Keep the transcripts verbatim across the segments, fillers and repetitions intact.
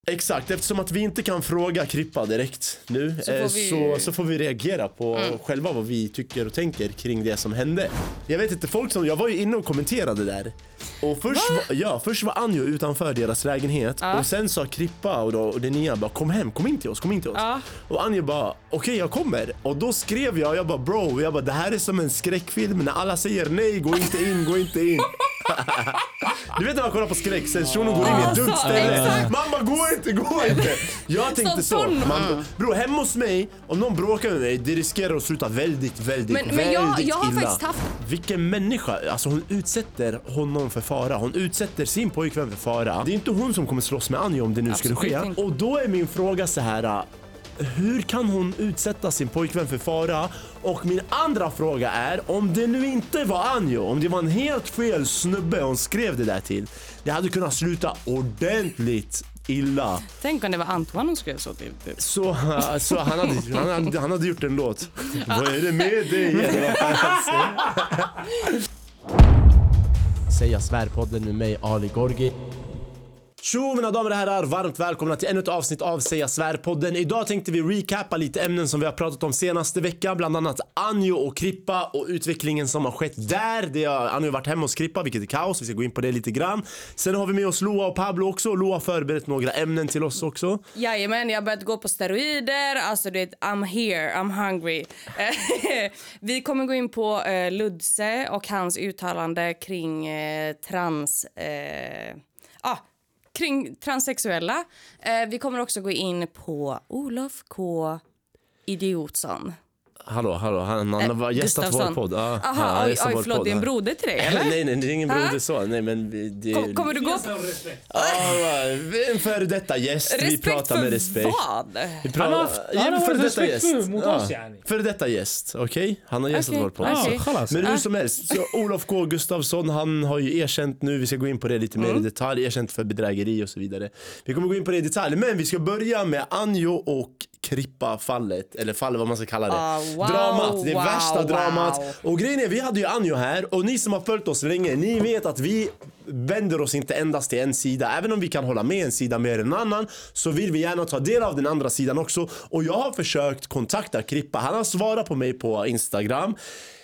Exakt, eftersom att vi inte kan fråga Krippa direkt nu så får vi, så, så får vi reagera på mm. själva vad vi tycker och tänker kring det som hände. Jag vet inte, folk som, jag var ju inne och kommenterade där. Och först var, ja, först var Anjo utanför deras lägenhet ja. Och sen sa Krippa och, då, och det nya bara, kom hem, kom in till oss, kom in till oss ja. Och Anjo bara, okej okay, jag kommer. Och då skrev jag, jag bara bro, jag bara, det här är som en skräckfilm när alla säger nej, gå inte in, gå inte in. Du vet när man kollar på skräck, sen shunon går in i ett dumt ställe. Mamma, gå inte, gå inte. Jag tänkte så, man, bro, hemma hos mig, om någon bråkar med mig, det riskerar att sluta väldigt, väldigt, men, väldigt men jag, jag har illa. Faktiskt haft... Vilken människa, alltså hon utsätter honom för fara. Hon utsätter sin pojkvän för fara. Det är inte hon som kommer slåss med Anjo om det nu Absolut skulle ske inte. Och då är min fråga så här: hur kan hon utsätta sin pojkvän för fara? Och min andra fråga är, om det nu inte var Anjo, om det var en helt fel snubbe hon skrev det där till, det hade kunnat sluta ordentligt illa. Tänk om det var Antoine hon skrev så till. Så, så han, hade, han, hade, han hade gjort en låt. Vad är det med dig? Säga svärpodden med mig, Ali Gorgi. Tjo mina damer och herrar, varmt välkomna till ännu ett avsnitt av Säga svärpodden. Idag tänkte vi recappa lite ämnen som vi har pratat om senaste veckan. Bland annat Anjo och Krippa och utvecklingen som har skett där. Det har Anjo varit hemma hos Krippa, vilket är kaos. Vi ska gå in på det lite grann. Sen har vi med oss Loa och Pablo också. Loa har förberett några ämnen till oss också. Jajamän, jag har börjat gå på steroider. Alltså det är I'm here, I'm hungry. Vi kommer gå in på uh, Ludse och hans uttalande kring uh, trans... Uh, ah, kring transsexuella. Eh, vi kommer också gå in på Olof K. Idiotsson. Hallå, hallå, han, han har gästat vår podd. Ah, Aha, oj, oj, förlåt, det är en broder till dig, eller? nej, nej, det är ingen broder så. Nej, men det, Kom, kommer du gå på... Ah, en före detta gäst, respekt vi pratar med respekt. Vad? Vi pratar, han har, ja, han har för detta gäst. Mot oss, ja, för detta gäst, okej? Okay? Han har gästat okay. vår podd. Okay. Men hur som helst, så Olof K. Gustafsson, han har ju erkänt nu, vi ska gå in på det lite mer mm. i detalj, erkänt för bedrägeri och så vidare. Vi kommer gå in på det i detalj, men vi ska börja med Anjo och Krippa-fallet, eller fallet vad man ska kalla det. Uh, wow, dramat, det wow, värsta dramat. Wow. Och grejen är, vi hade ju Anjo här, och ni som har följt oss länge, ni vet att vi vänder oss inte endast till en sida. Även om vi kan hålla med en sida mer än en annan, så vill vi gärna ta del av den andra sidan också. Och jag har försökt kontakta Krippa, han har svarat på mig på Instagram.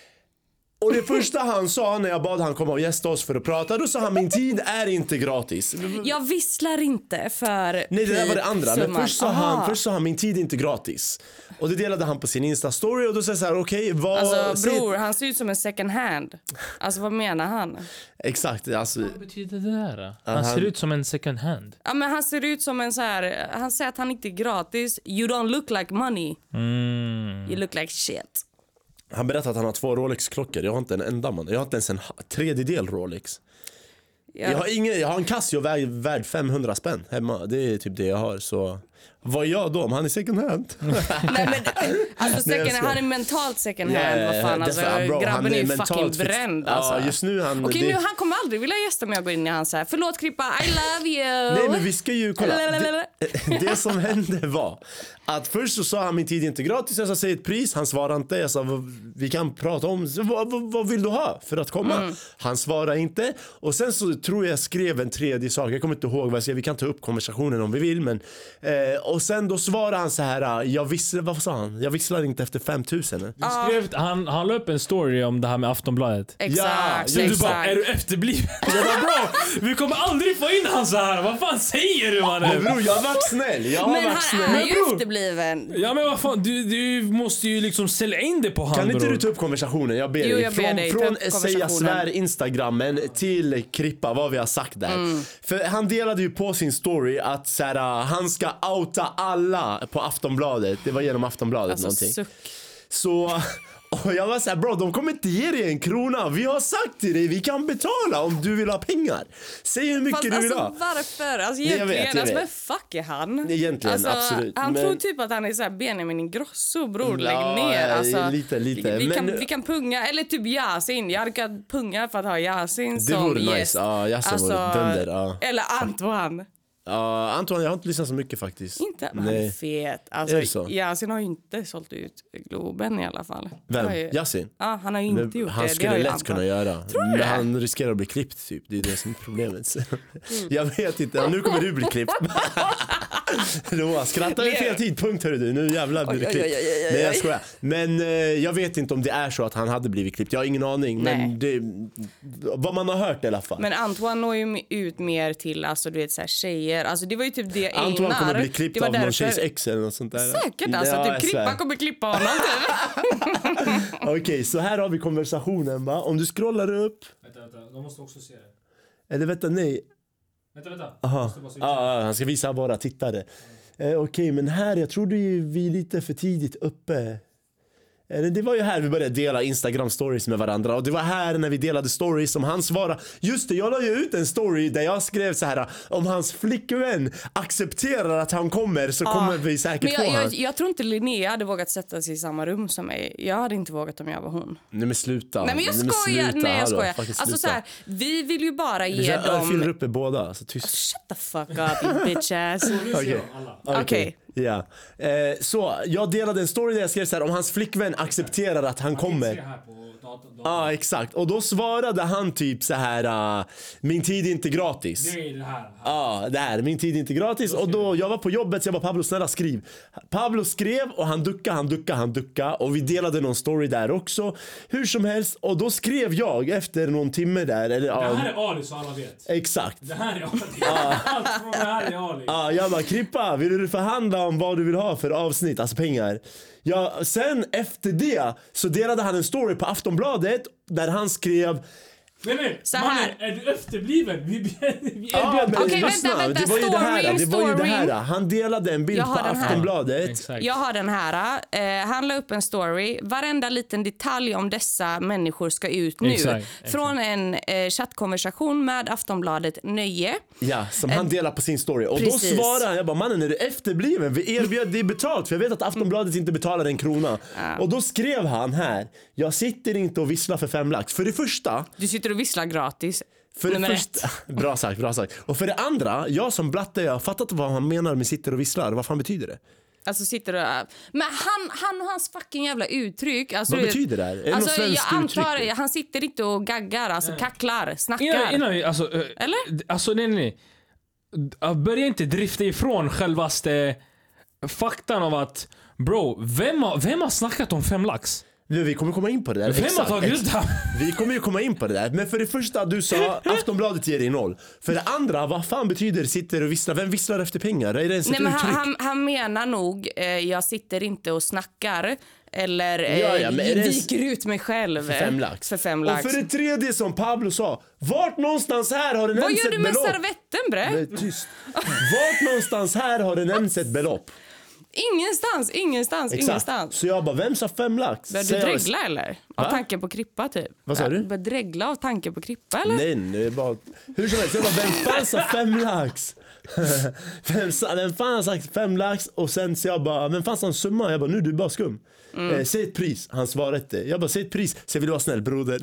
Och det första han sa när jag bad han komma och gästa oss för att prata, då sa han, min tid är inte gratis. Jag visslar inte för... Nej, det där var det andra. Men först sa, han, först sa han, min tid är inte gratis. Och det delade han på sin Insta-story och då sa jag så här, okej, okay, vad... Alltså bror, han ser ut som en second hand. Alltså vad menar han? Exakt, alltså... Vad betyder det där? Han, han ser ut som en second hand. Ja, men han ser ut som en så här... Han säger att han inte är gratis. You don't look like money. Mm. You look like shit. Han berättade att han har två Rolex-klockor. Jag har inte en enda man. Jag har inte ens en tredjedel Rolex. Ja. Jag har ingen, jag har en Casio värd, värd femhundra spänn hemma. Det är typ det jag har. Så vad är jag då om han är second hand? Nej, men alltså second hand, han är mentalt second hand. Yeah, vad fan, alltså bro, grabben är, är fucking bränd alltså. Ja, just nu han... Okej, okay, det... nu han kommer aldrig vilja gästa mig och gå in i hans så här. Förlåt Krippa, I love you. Nej, men vi ska ju kolla. det, det som hände var att först så sa han, min tid är inte gratis. Jag sa, säg ett pris, han svarade inte. Jag sa, vi kan prata om, vad, vad, vad vill du ha för att komma? Mm. Han svarade inte. Och sen så tror jag skrev en tredje sak. Jag kommer inte ihåg vad jag skrev. Vi kan ta upp konversationen om vi vill, men eh, och sen då svarade han så här, jag visslar, vad sa han? Jag visslar inte efter fem tusen. Du skrev, han, han la upp en story om det här med Aftonbladet. Exakt, ja, du bara, är du efterbliven? Jag bara, bro, vi kommer aldrig få in han så här. Vad fan säger du, man? Men bro, jag har varit snäll. Jag har men varit snäll. Han är ju efterbliven. Ja, men vad fan, du, du måste ju liksom sälja in det på han. Kan inte bro? Du ta upp konversationen? Jag ber jo, jag ber dig. Från, från säga svär Instagrammen till Krippa, vad vi har sagt där. Mm. För han delade ju på sin story att så här, han ska outa alla på Aftonbladet. Det var genom Aftonbladet alltså, någonting. Suck. Så... Och jag var så här, bro, de kommer inte ge dig en krona. Vi har sagt till dig, vi kan betala om du vill ha pengar. Säg hur mycket fast, du vill alltså, ha. Varför? Alltså egentligen, jag vet, jag alltså, men fuck är han? Egentligen, alltså, absolut. Han men... tror typ att han är så här Benjamin Ingrosso, bror, ja, lägg ner. Alltså, lite, lite. Vi, vi, men... kan, vi kan punga, eller typ Yasin. Jag hade kunnat punga för att ha Yasin som det vore gäst. Nice, ja, Yasin alltså, vore bönder, ja. Eller Antoine. Ja, uh, Antoine, jag har inte lyssnat så mycket faktiskt. Inte? Men nej. Fet. Alltså, Yasin har ju inte sålt ut Globen i alla fall. Vem? Ju... Yasin? Ja, han har ju inte men, gjort han det. Han skulle det lätt kunna göra. Tror du men det? Han riskerar att bli klippt typ. Det är det som är problemet. Mm. Jag vet inte. Nu kommer du bli klippt. Roa, skrattar vid fel tidpunkt hörru du. Nu jävlar blir det Oj, oj, klippt. oj, oj, oj. Nej jag skojar. Men eh, jag vet inte om det är så att han hade blivit klippt. Jag har ingen aning. Nej. Men det, vad man har hört i alla fall. Men Antoine når ju ut mer till alltså, du vet, så här, tjejer. Alltså, det var ju typ det Antoine Einar. kommer bli klippt det var av någon därför... tjejs ex eller något sånt där. Säkert alltså, Ja, typ jag Klippa svär. kommer klippa honom typ. Okej, okay, så här har vi konversationen va. Om du scrollar upp. Vänta, vänta, de måste också se det. Eller vänta, nej. Vänta, vänta. Aha. Ah, han ska visa våra tittare. Eh, Okej, okay, men här, jag tror du vi är lite för tidigt uppe. Eller det var ju här vi började dela Instagram stories med varandra. Och det var här när vi delade stories som han svarade. Just det, jag la ju ut en story där jag skrev så här: om hans flickvän accepterar att han kommer så Ja, kommer vi säkert men jag, få jag, han. jag tror inte Linnea hade vågat sätta sig i samma rum som mig. Jag hade inte vågat om jag var hon. Nej men sluta. Nej men jag Nej, men skojar. sluta. Nej jag Hallå, skojar. fucking Alltså sluta. så här, vi vill ju bara ge Jag dem... fyller upp er båda, så tyst. Shut the fuck up you bitch ass. Okej. Alla. Okej. Ja. Eh, så jag delade en story där jag skrev så här: om hans flickvän accepterar att han Se kommer. här på datorn. Ja, ah, exakt. Och då svarade han typ så här: uh, min tid är inte gratis. Det är det här. Ja, ah, det här, min tid är inte gratis. Och då, jag var på jobbet så jag bara, Pablo snälla skriv. Pablo skrev och han duckade, han duckade, han duckade. Och vi delade någon story där också. Hur som helst, och då skrev jag efter någon timme där eller, Det ja, här är Ali så alla vet. exakt. Det här är Ali. Allt från det här är Ali. Ja, jag bara, Krippa, vill du förhandla om vad du vill ha för avsnitt, alltså pengar? Ja, sen efter det så delade han en story på Aftonbladet där han skrev. Nej, nej. Så Mannen, här. är du efterbliven? Vi, vi Ja, erbjöd men Okej, lyssna, vänta, vänta, det var ju det här, storyn, det var ju det här. storyn. Han delade en bild Jag på har den här. Aftonbladet. Exakt. Jag har den här. Eh, han la upp en story. Varenda liten detalj om dessa människor ska ut nu. Exakt, exakt. Från en eh, chattkonversation med Aftonbladet Nöje. Ja, som han delade på sin story. Och Precis. då svarade han, jag bara, mannen är du efterbliven? Vi erbjöd dig betalt, för jag vet att Aftonbladet inte betalar en krona. Och då skrev han här: jag sitter inte och visslar för fem lax. För det första, Du sitter och visslar gratis. för det Nummer första bra sagt, bra sagt. Och för det andra, jag som blatte, jag har fattat vad han menar med sitter och visslar. Vad fan betyder det? Alltså sitter och... Men han, han och hans fucking jävla uttryck. Alltså, Vad du- betyder det här? Är det Alltså, något svenskt jag antar, uttryck? han sitter inte och gaggar, alltså kacklar, snackar. Innan, innan vi, alltså, eh, Eller? d- Alltså nej nej. D- Börja inte drifta ifrån självaste faktan av att bro, vem har, vem har snackat om fem lax? Nu, vi kommer komma in på det där. Vem har Exakt, tagit ex- ut det här? Vi kommer ju komma in på det där. Men för det första, du sa Aftonbladet ger dig noll. För det andra, vad fan betyder sitter och visslar? Vem visslar efter pengar? Är det ens ett Nej, men uttryck? han, han, han menar nog, eh, jag sitter inte och snackar. Eller eh, Ja, ja, men är det- viker ut mig själv. För fem lax. För fem lax. Och för det tredje, som Pablo sa, vart någonstans här har det Vad nämnts gör ett du med belopp? servetten bre? Nej, tyst. Vart någonstans här har det nämnts ett belopp? Ingenstans, ingenstans, ingenstans. Så jag bara, vem sa fem lax? Börjar du Säger jag- dregla eller? Av Va? tanke på Krippa typ. Vad sa du? Börjar dregla av tanke på Krippa eller? Nej, det är bara... Hur som helst, jag bara, vem fan sa fem lax? vem, sa, vem fan har sagt fem lax? Och sen så jag bara, vem fan sa en summa? Jag bara, nu du är bara skum. Mm. Eh, säg ett pris. Han svarade inte. Jag bara, säg ett pris. Så jag vill vara snäll, broder.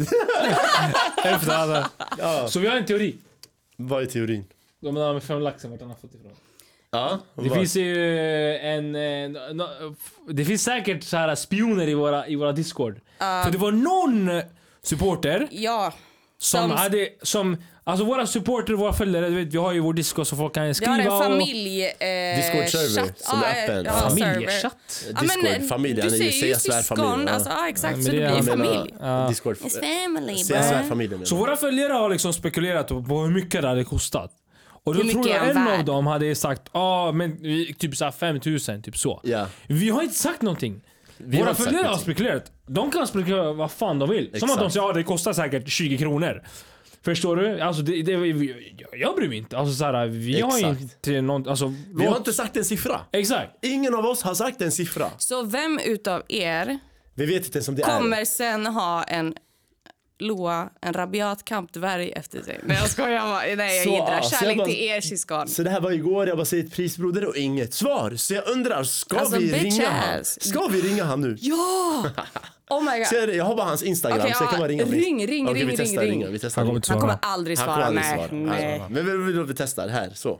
Efter alla. Ja. Så vi har en teori. Vad är teorin? De där med fem laxen, vart han har fått ifrån. Ja, Det vad? finns ju en... eh, no, no, det finns säkert så här spioner i våra, i våra Discord. För det var någon supporter Ja. som, Som- hade... Som, alltså våra supporter, våra följare, du vet, vi har ju vår Discord så folk kan Vi skriva har en och... familj... Eh, Discord-server chatt. som är Ja, öppen. ja, Familjechatt. server. Ja, men, Discord-familjen du är ju säger ju C-svärfamiljen, syskon. ja. Alltså, ja, exakt. Ja, men så det det är- blir jag menar- familj. Ja. Discord. It's family, bro. C-svärfamiljen. Så våra följare har liksom spekulerat på hur mycket det hade kostat. Och då Hur tror mycket jag är en han av värd? dem hade sagt ja men vi- typ så här fem tusen, typ så. Ja. Vi har inte sagt någonting. Vi har Våra inte sagt följare har någonting. spekulerat. De kan spekulera vad fan de vill. Som Exakt. att de säger ja det kostar säkert tjugo kronor. Förstår du? Alltså det, det, jag, jag bryr mig inte. Alltså så här, vi har Exakt. inte någon... Alltså, Vi har låt- inte sagt en siffra. Exakt. Ingen av oss har sagt en siffra. Så vem utav er Vi vet inte ens om det är. kommer sen ha en Loa, en rabiat kampdvärg efter sig? Nej jag skojar bara. Nej jag Så, jiddrar. ja, så jag Kärlek bara- till er syskon. Så det här var igår, jag bara säger ett pris broder och inget svar. Så jag undrar, ska Alltså, vi bitch ringa han? ass. Ska vi ringa han nu? Ja! Oh my god. Så jag, jag har bara hans Instagram Okej, så jag kan ja, bara ringa. ring, ring, Okej, ring, vi testar ring, ringa. ring. Vi testar Han kommer ringa. inte Han svara. kommer aldrig Han svara. kommer aldrig Nej. svara. Nej. Nej. Men vi, vi, vi testar här, så.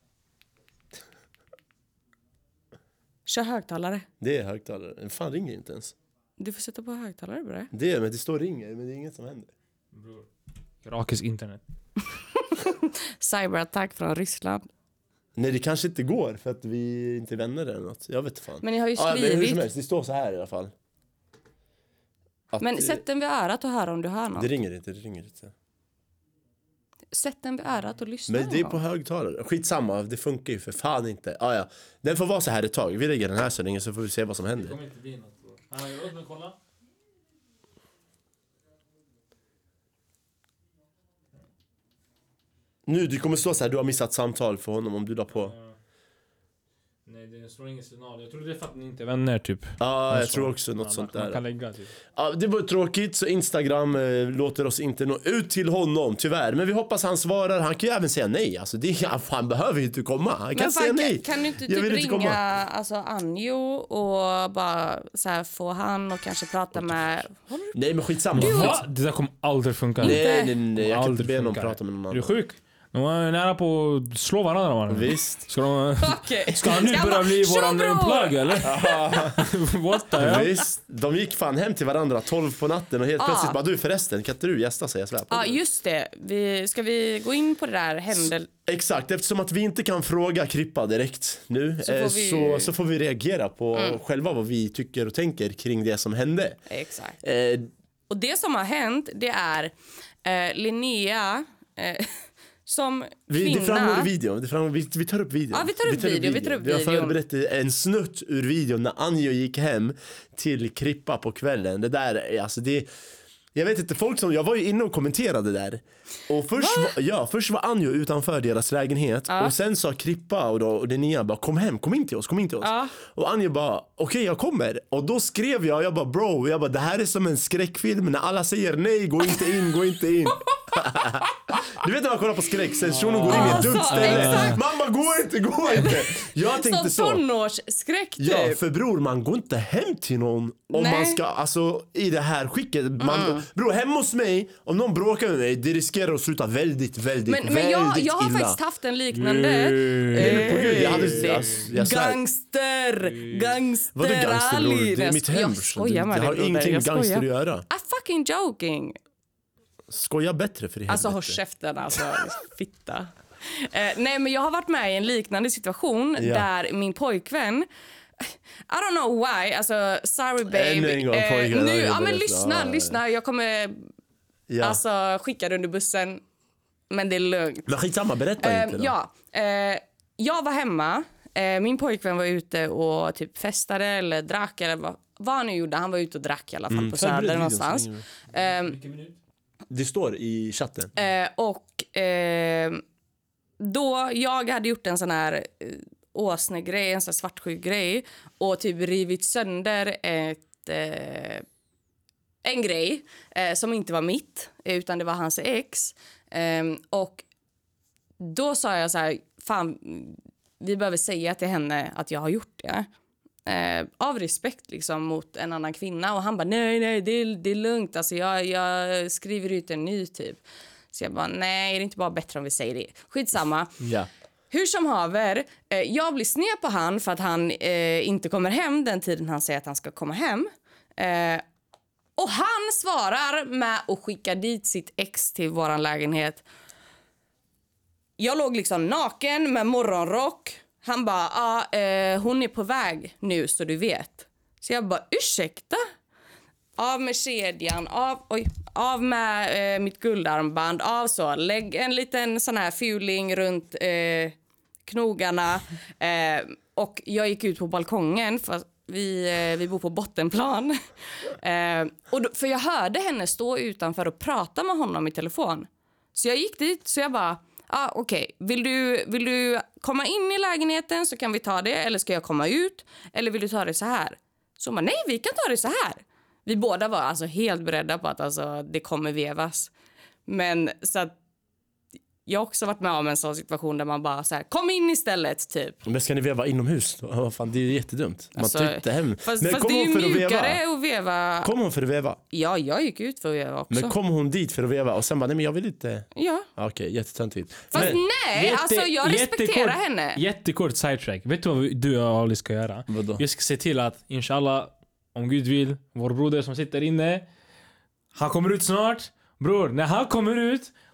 Kör högtalare. Det är högtalare. Den fan ringer inte ens. Du får sätta på högtalare bara. Det är, men det står ringer, men det är inget som händer. Irakis internet. Cyberattack från Ryssland. Nej, det kanske inte går för att vi inte är vänner eller något. Jag vet fan. Men ni har ju Ja, men hur skrivit. som helst, det står så här i alla fall. Att, Men eh, sätt den vid örat och hör om du hör något. Det ringer inte, det ringer inte. Sätt den vid örat och lyssna. Men det är någon på gång. högtalare. Skitsamma, det funkar ju för fan inte. Ah, ja. Den får vara så här ett tag. Vi lägger den här så länge så får vi se vad som händer. kommer inte bli något. Han har ju råd med kolla. Nu, det kommer stå så här, du har missat samtal för honom om du la på. Nej, det står ingen signal. Jag tror det är för att ni inte är vänner typ. Ja, jag Så. tror också något Ja, sånt man, där. man kan lägga typ. Ja, det var tråkigt, så Instagram eh, låter oss inte nå ut till honom, tyvärr. Men vi hoppas han svarar. Han kan ju även säga nej. Alltså, det, han behöver ju inte komma. Han kan Men fan, säga nej. kan, kan du inte Jag typ vill inte ringa komma. alltså, Anjo och bara så här, få han och kanske prata med... Håller du- Nej, men skitsamma. Va? Det där kommer aldrig funka. Nej, nej, nej, jag kan inte Aldrig be någon funkar. prata med någon Är du annan. sjuk? De var nära på att slå varandra, man. Visst. Ska, de, Okej. ska han nu Ska börja bara, bli "Tjo, våran bror!" plagg eller? What the hell? Visst, de gick fan hem till varandra tolv på natten och helt Ah. plötsligt bara, du förresten, kan inte du gästa, säger jag svär på Ja, det. just det. Vi, ska vi gå in på det där händel... Exakt, eftersom att vi inte kan fråga Krippa direkt nu Så får eh, vi- så, så får vi reagera på själva vad vi tycker och tänker kring det som hände. Exakt. Eh, Och det som har hänt, det är eh, Linnea eh, som vi, det kvinna... framgår i videon, det framgår, vi, vi tar upp videon. Ja, vi tar upp video, vi tar upp Vi har videon. förberett en snutt ur videon när Anjo gick hem till Krippa på kvällen. Det där, är- alltså det... Jag vet inte, folk som, jag var ju inne och kommenterade där. Och först var, ja, först var Anjo utanför deras lägenhet. Ja. Och sen sa Krippa och, då, och Linnea bara, kom hem, kom in till oss, kom in till oss. Ja. Och Anjo bara, okej jag kommer. Och då skrev jag, jag bara bro, jag bara, det här är som en skräckfilm när alla säger nej, gå inte in, gå inte in. Du vet när man kollar på skräck, sen shunon går in i ett dumt Alltså, ställe. exakt. Mamma, gå inte, gå inte. Jag tänkte Som så. tonårsskräck typ. Ja, för bror, man går inte hem till någon om Nej. man ska, alltså i det här skicket. Man, bror, hemma hos mig, om någon bråkar med mig, det riskerar att sluta väldigt, väldigt, Men, men väldigt jag, jag har illa. faktiskt haft en liknande... Nej, men på gud, jag hade, Eh, alltså, jag svär. Gangster! Gangster Vadå gangster, bror? Ali. Det är mitt hem. Jag skojar med Det dig, har broder. ingenting Jag med gangster att skojar. göra. I'm fucking joking. Skoja bättre för i Alltså håll helvete. käften, alltså fitta. Eh, nej, men jag har varit med i en liknande situation Ja. där min pojkvän, I don't know why, alltså sorry babe. Ännu en gång, pojkvän, nu, jag ja men berättar. lyssna, Ja, ja. lyssna. Jag kommer Ja. alltså skicka dig under bussen, men det är lugnt. Men skitsamma, berätta Eh, inte då. ja, eh, jag var hemma, eh, min pojkvän var ute och typ festade eller drack eller vad, vad han nu gjorde. Han var ute och drack i alla fall Mm, på förbered Söder videon någonstans. så länge. Ehm, Det står i chatten. Eh, och eh, då jag hade gjort en sån här eh, åsnegrej, en sån här svartsjuk grej och typ rivit sönder ett, eh, en grej eh, som inte var mitt utan det var hans ex. Eh, och då sa jag så här, fan, vi behöver säga till henne att jag har gjort det. Eh, av respekt liksom mot en annan kvinna. Och han bara, nej, nej, det är, det är lugnt. Alltså, jag, jag skriver ut en ny typ. Så jag bara, nej, är det inte bara bättre om vi säger det? Skitsamma. Ja. Hur som haver, eh, jag blir sned på han för att han eh, inte kommer hem den tiden han säger att han ska komma hem. Eh, och han svarar med att skicka dit sitt ex till våran lägenhet. Jag låg liksom naken med morgonrock. Han bara, ah, eh, hon är på väg nu så du vet. Så jag bara, ursäkta? Av med kedjan, av, oj, av med eh, mitt guldarmband, av så. Lägg en liten sån här fuling runt eh, knogarna. Eh, och jag gick ut på balkongen för vi, eh, vi bor på bottenplan. eh, och då, för jag hörde henne stå utanför och prata med honom i telefon. Så jag gick dit, så jag bara, ah, okej, okay. vill, du, vill du komma in i lägenheten så kan vi ta det, eller ska jag komma ut? Eller vill du ta det så här? Så man, nej, vi kan ta det så här. Vi båda var alltså helt beredda på att alltså, det kommer vevas. Men så att jag har också varit med om en sån situation där man bara så här, kom in istället typ. Men ska ni veva inomhus? Vad fan, det är ju jättedumt. Man Alltså, tyckte hem. Fast, Men fast kom det är hon ju för att mjukare veva? att veva. Kom hon för att veva? Ja, jag gick ut för att veva också. Men kom hon dit för att veva och sen bara, nej men jag vill inte. Ja. Okej, okay, jättetöntigt. Fast Men, nej, alltså jag respekterar jättekort, henne. Jättekort sidetrack. Vet du vad du och Ali ska göra? Vadå? Vi ska se till att, inshallah, om Gud vill, vår broder som sitter inne, han kommer ut snart. Bror, när han kommer ut,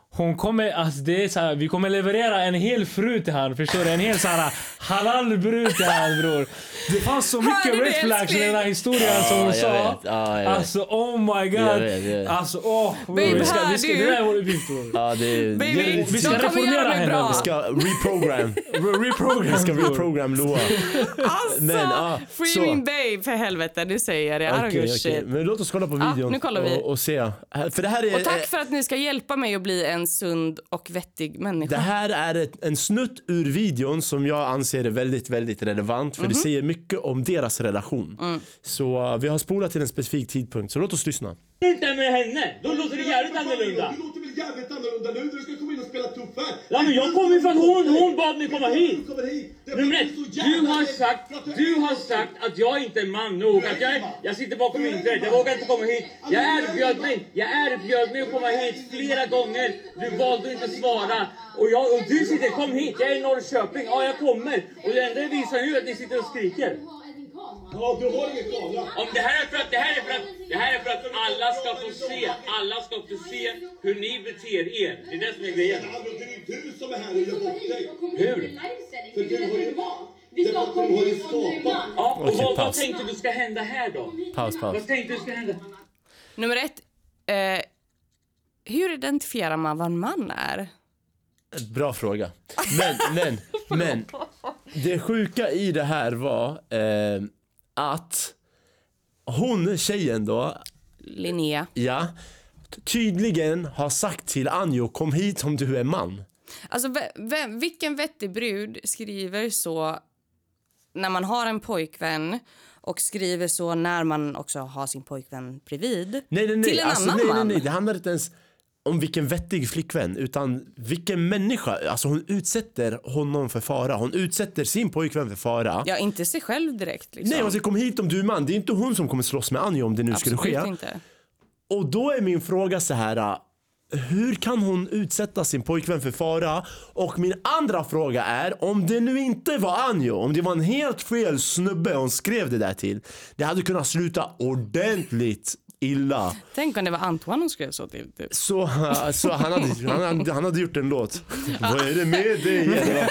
hon kommer, alltså det är så här, vi kommer leverera en hel fru till han, förstår du? En hel så här halal-brud till han, bror. Det fanns så mycket red flags i den här historien ah, som hon sa. Ah, alltså, oh my god. Jag vet, jag vet. Alltså, åh. Oh, Baby, vi ska, vi ska, det där är vår uppgift, bror. Ja, det, Baby, vi ska reformera henne. Vi ska reprogram. reprogram. Vi ska reprogram Loa. Alltså, men, ah, free så. Min babe, för helvete, du säger det. I don't give a shit. Men låt oss kolla på videon ah, nu kollar vi. Och, och se. För det här är, och tack för att ni ska hjälpa mig att bli en sund och vettig människa. Det här är ett, en snutt ur videon som jag anser är väldigt, väldigt relevant. För mm-hmm. det säger mycket om deras relation. Mm. Så uh, vi har spolat till en specifik tidpunkt. Så låt oss lyssna. Inte med henne, då låter det jävligt annorlunda. Du låter väl jävligt annorlunda nu när du ska komma in och spela tuff här. Ja, men jag kommer för att hon, hon bad mig komma hit. Du du har sagt, du har sagt att jag inte är man nog. Att jag, jag sitter bakom internet, jag vågar inte komma hit. Jag erbjöd mig, jag erbjöd mig att komma hit flera gånger. Du valde inte svara. Och, jag, och du sitter, kom hit, jag är i Norrköping. Ja, jag kommer. Och det enda visar ju att ni sitter och skriker. Ja, du har ingen kamera. Om det här är för att det här är för att det här är för att alla ska få se, alla ska få se hur ni beter er. Det är det som är grejen. Det är du som är här och gör bort dig. Hur? För du har ju vi ska komma hit skapat. Ja, och Okej, vad, vad paus. tänkte du ska hända här då? Paus, paus. Vad tänkte du ska hända? Nummer ett. Eh, hur identifierar man vad en man är? Bra fråga. Men, men, men. Det sjuka i det här var eh, att hon, tjejen då, Linnea. ja, tydligen har sagt till Anjo, kom hit om du är man. Alltså, vem, vilken vettig brud skriver så när man har en pojkvän och skriver så när man också har sin pojkvän bredvid? Nej, nej, nej. Till en alltså, annan nej, nej, man. nej. Det handlar inte ens om vilken vettig flickvän, utan vilken människa. Alltså hon utsätter honom för fara. Hon utsätter sin pojkvän för fara. Ja, inte sig själv direkt. Liksom. Nej, hon säger kom hit om du är man. Det är inte hon som kommer slåss med Anjo om det nu Absolut skulle ske. Inte. Och då är min fråga så här: hur kan hon utsätta sin pojkvän för fara? Och min andra fråga är, om det nu inte var Anjo, om det var en helt fel snubbe hon skrev det där till, det hade kunnat sluta ordentligt illa. Tänk om det var Antoine hon skrev så till. Typ. Så, så han, hade, han, hade, han hade gjort en låt. Vad är det med dig?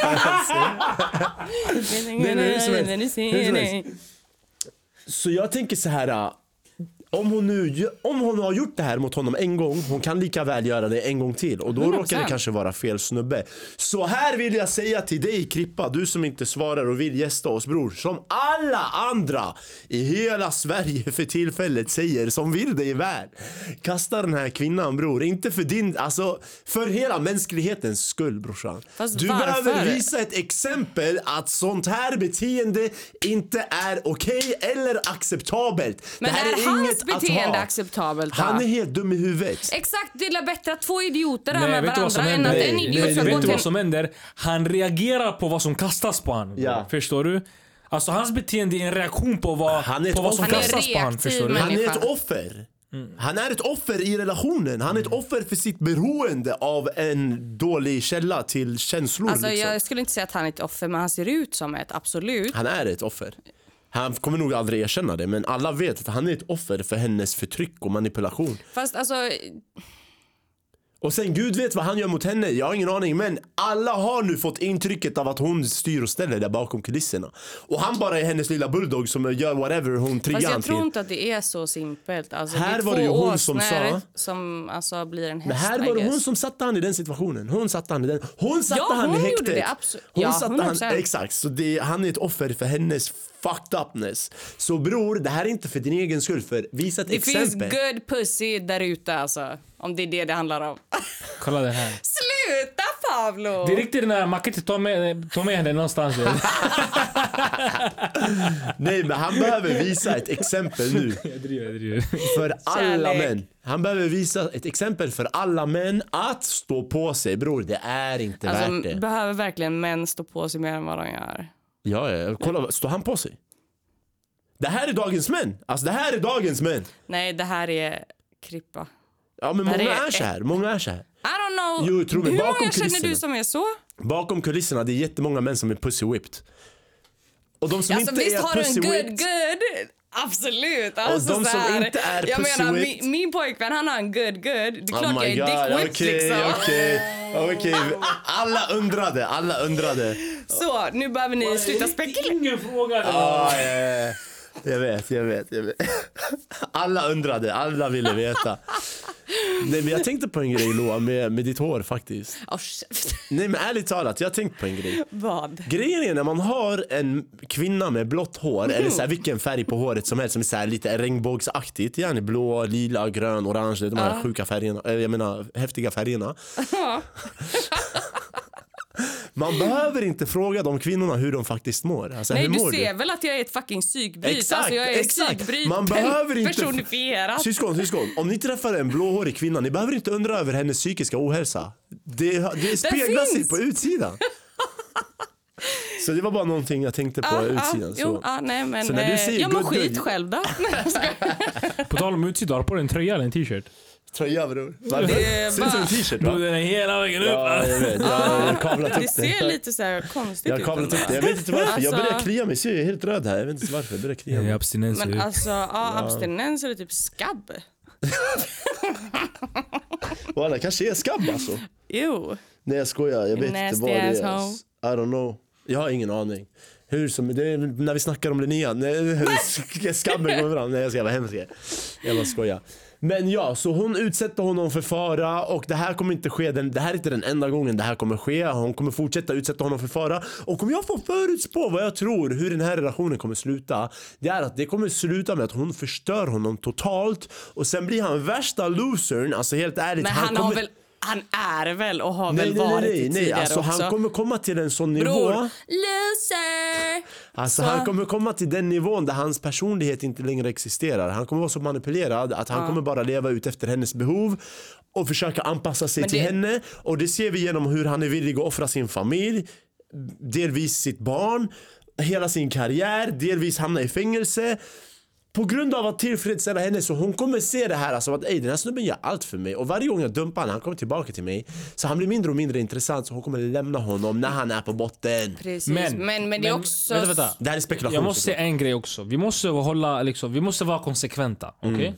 nej, nej, nej, nej. Så jag tänker så här: om hon nu om hon har gjort det här mot honom en gång, hon kan lika väl göra det en gång till. Och då hundra procent. råkar det kanske vara fel snubbe. Så här vill jag säga till dig, Krippa, du som inte svarar och vill gästa oss, bror, som alla andra i hela Sverige för tillfället säger, som vill dig väl. Kasta den här kvinnan, bror, inte för din, alltså för hela mänsklighetens skull, brorsan. Fast du varför? behöver visa ett exempel att sånt här beteende inte är okej eller acceptabelt. Men det här är är hans inget att beteende ha. acceptabelt då? Han är helt dum i huvudet. Exakt, det är bättre att två idioter är Nej, med vet du vad som varandra än att händer? en Nej, idiot nej, ska nej, gå Vet du till... vad som händer? Han reagerar på vad som kastas på han. Ja. Förstår du? Alltså hans beteende är en reaktion på vad, Han är ett på vad som offer. kastas på han. reaktiv Förstår du? människa. Han är ett offer. Mm. Han är ett offer i relationen. Han är ett offer för sitt beroende av en dålig källa till känslor. Alltså, liksom. jag skulle inte säga att han är ett offer, men han ser ut som ett, absolut. Han är ett offer. Han kommer nog aldrig erkänna det, men alla vet att han är ett offer för hennes förtryck och manipulation. Fast alltså... Och sen Gud vet vad han gör mot henne, jag har ingen aning, men alla har nu fått intrycket av att hon styr och ställer där bakom kulisserna. Och han bara är hennes lilla bulldog som gör whatever hon triggar Fast han jag till. tror inte att det är så simpelt. Alltså, Här det är var två det ju hon som åsnor sa- som alltså, blir en häst. Men här I var det guess. hon som satte han i den situationen. Hon satte han i den. Hon satte Ja, han hon i gjorde häktet. det, absolut. Hon Ja, satte hundra han, procent. exakt. Så det, han är ett offer för hennes fucked upness. Så bror, det här är inte för din egen skull, för visa ett Det exempel. finns good pussy där ute alltså. Om det är det det handlar om. Kolla det här. Sluta Pablo! Det är riktigt den här, man kan inte ta med, ta med henne någonstans. Nej, men han behöver visa ett exempel nu. jag driver, jag driver. För alla Kärlek. män. Han behöver visa ett exempel för alla män att stå på sig, bror. Det är inte Alltså, värt det. behöver verkligen män stå på sig mer än vad de gör? Ja, ja, kolla, står han på sig? Det här är dagens män. Alltså det här är dagens män. Nej, det här är Krippa. Ja, men Det här många är är så här. Många är så här. I don't know. Jo, tro mig, Hur bakom många känner kulisserna. du som är så? Bakom kulisserna, det är jättemånga män som är pussy whipped. Och de som Alltså inte visst är har du en pussy good whipped, good. Absolut. Alltså, de så som här, inte är jag pussy menar, whipped. min, min pojkvän han har en good good. Det är klart Oh jag my är dick god, whipped okej, liksom. okej, okej. Alla undrade, alla undrade. Så, nu behöver ni sluta spekulera. Ingen fråga. Ah, eh, jag vet, jag vet, jag vet. Alla undrade, alla ville veta. Nej, men jag tänkte på en grej, Loa, med, med ditt hår faktiskt. Oh, shit. Nej, men ärligt talat, jag har tänkt på en grej. Vad? Grejen är när man har en kvinna med blått hår, mm. eller så här, vilken färg på håret som helst som är så här lite regnbågsaktigt, gärna blå, lila, grön, orange, de här uh. sjuka färgerna, jag menar häftiga färgerna. Man behöver inte fråga de kvinnorna hur de faktiskt mår. Alltså, nej, hur du mår ser du? väl att jag är ett fucking psykbryt. Exakt, alltså, jag är exakt. psykbryt. Man behöver inte personifierat. Syskon, syskon, om ni träffar en blåhårig kvinna, ni behöver inte undra över hennes psykiska ohälsa. Det, det speglar sig på utsidan. Så det var bara någonting jag tänkte på ah, utsidan. Ah, så. Jo, ah, nej, men, så när du säger jag mår good, skit good, själv då. På tal om utsidan, har du på dig en tröja eller en t-shirt? Tröja, bror. Det är Ser ut som en t-shirt, va? Den är hela vägen upp. Ja, jag vet. Jag har kablat upp Det ser lite så här konstigt Jag har ut. kablat upp det. Jag vet inte varför. Jag Alltså- börjar klia mig. Ser jag är helt röd här. Jag vet inte varför. Jag börjar klia Det är mig. abstinens. Men ju. alltså, ja, abstinens eller typ skabb. Walla, kanske är skabb alltså. Jo. Nej, jag skojar. Jag vet inte Nasty vad det är. asshole. Alltså. I don't know. Jag har ingen aning. Hur som, det är när vi snackar om Linnea. Nej, skabben kommer fram. Nej, jag ska vara hemsk. Jag bara skojar. Men ja, så hon utsätter honom för fara. Och det här kommer inte ske, den, det här är inte den enda gången det här kommer ske. Hon kommer fortsätta utsätta honom för fara. Och om jag får förutspå vad jag tror hur den här relationen kommer sluta, det är att det kommer sluta med att hon förstör honom totalt. Och sen blir han värsta losern. Alltså helt ärligt, Men han, han har kommer... väl, han är väl och har Nej, väl nej, varit nej, det nej, tidigare alltså också. han kommer komma till en sån nivå. Bror, loser! Alltså Så- han kommer komma till den nivån där hans personlighet inte längre existerar. Han kommer vara så manipulerad att han Ja. kommer bara leva ut efter hennes behov och försöka anpassa sig Men till det- henne. Och det ser vi genom hur han är villig att offra sin familj, delvis sitt barn, hela sin karriär, delvis hamna i fängelse. På grund av att tillfredsställa henne, så hon kommer se det här alltså att ej, den här snubben gör allt för mig. Och varje gång jag dumpar honom, han kommer tillbaka till mig. Så han blir mindre och mindre intressant, så hon kommer lämna honom när han är på botten. Precis, Men- men, men, det är men- också... vänta, vänta. Det här är spekulation. Jag måste säga en grej också. Vi måste hålla, liksom, vi måste vara konsekventa. Mm. Okej?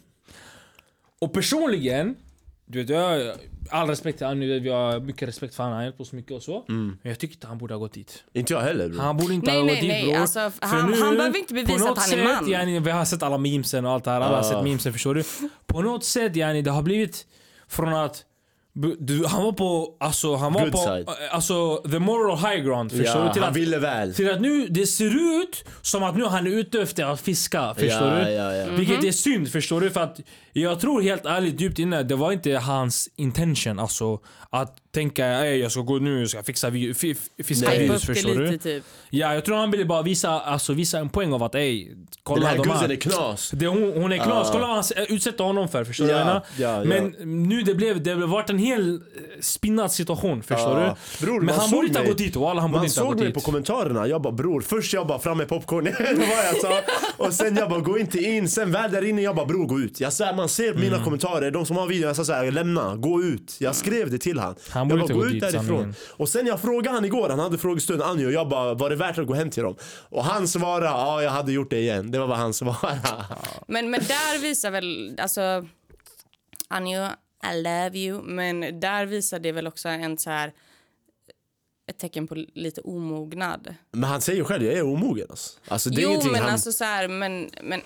Och personligen, du vet, jag har all respekt till Annie, vi har mycket respekt för honom, han har hjälpt oss mycket och så. Mm. Men jag tycker inte han borde ha gått dit. Inte jag heller, bro. Han borde inte Nej, ha nej, gått dit, nej, bror. alltså, För han- nu, han behöver inte bevisa på något att han är sätt, man. Yani, vi har sett alla memesen och allt det här, alla har sett memesen, förstår du? På något sätt, yani, det har blivit från att bu- du, han var på, alltså, han var Good på, side. alltså, the moral high ground, förstår Ja, du? Till han att, ville väl. till att nu, det ser ut som att nu han är ute efter att fiska, förstår Ja, du? ja, ja. Vilket är synd, förstår du? För att jag tror helt ärligt djupt inne, det var inte hans intention, alltså att tänka, "Ey, jag ska gå nu, jag ska fixa vi, fi, fiska Nej. Hypa virus", upp det förstår lite du? typ. Ja, jag tror han ville bara visa, alltså, visa en poäng av att ej, kolla Den här de guzzen är knas. Det, hon, hon är knas, Ja. kolla vad han s- utsätter honom för, förstår du? Ja, vad jag ja, menar? ja. Men nu det blev, det blev varit en hel eh, spinnad situation, förstår Ja. du? Bror, Men man han såg borde inte ha mig. gått dit, och alla han borde Man inte ha såg gått mig dit. på kommentarerna. Jag bara, bror, först jag bara fram med popcorn. Det var jag sa. Och sen jag bara, gå inte in. Sen väl där inne, jag bara, bror, gå ut. Jag svär, man ser mina Mm. kommentarer. De som har videon, jag sa så här, lämna, gå ut. Jag skrev det till han. Han Jag borde bara, inte gå gå ut dit, därifrån. sanningen. Och sen jag frågade han igår, han hade frågestund, Anjo, och jag bara, var det värt att gå hem till dem? Och han svarade, ja, jag hade gjort det igen. Det var vad han svarade. Men, men där visar väl, alltså, Anjo, I love you, men där visar det väl också en så här, ett tecken på lite omognad. Men han säger själv, jag är omogen. Alltså. Alltså, det är Jo, ingenting men han... alltså så här, men, men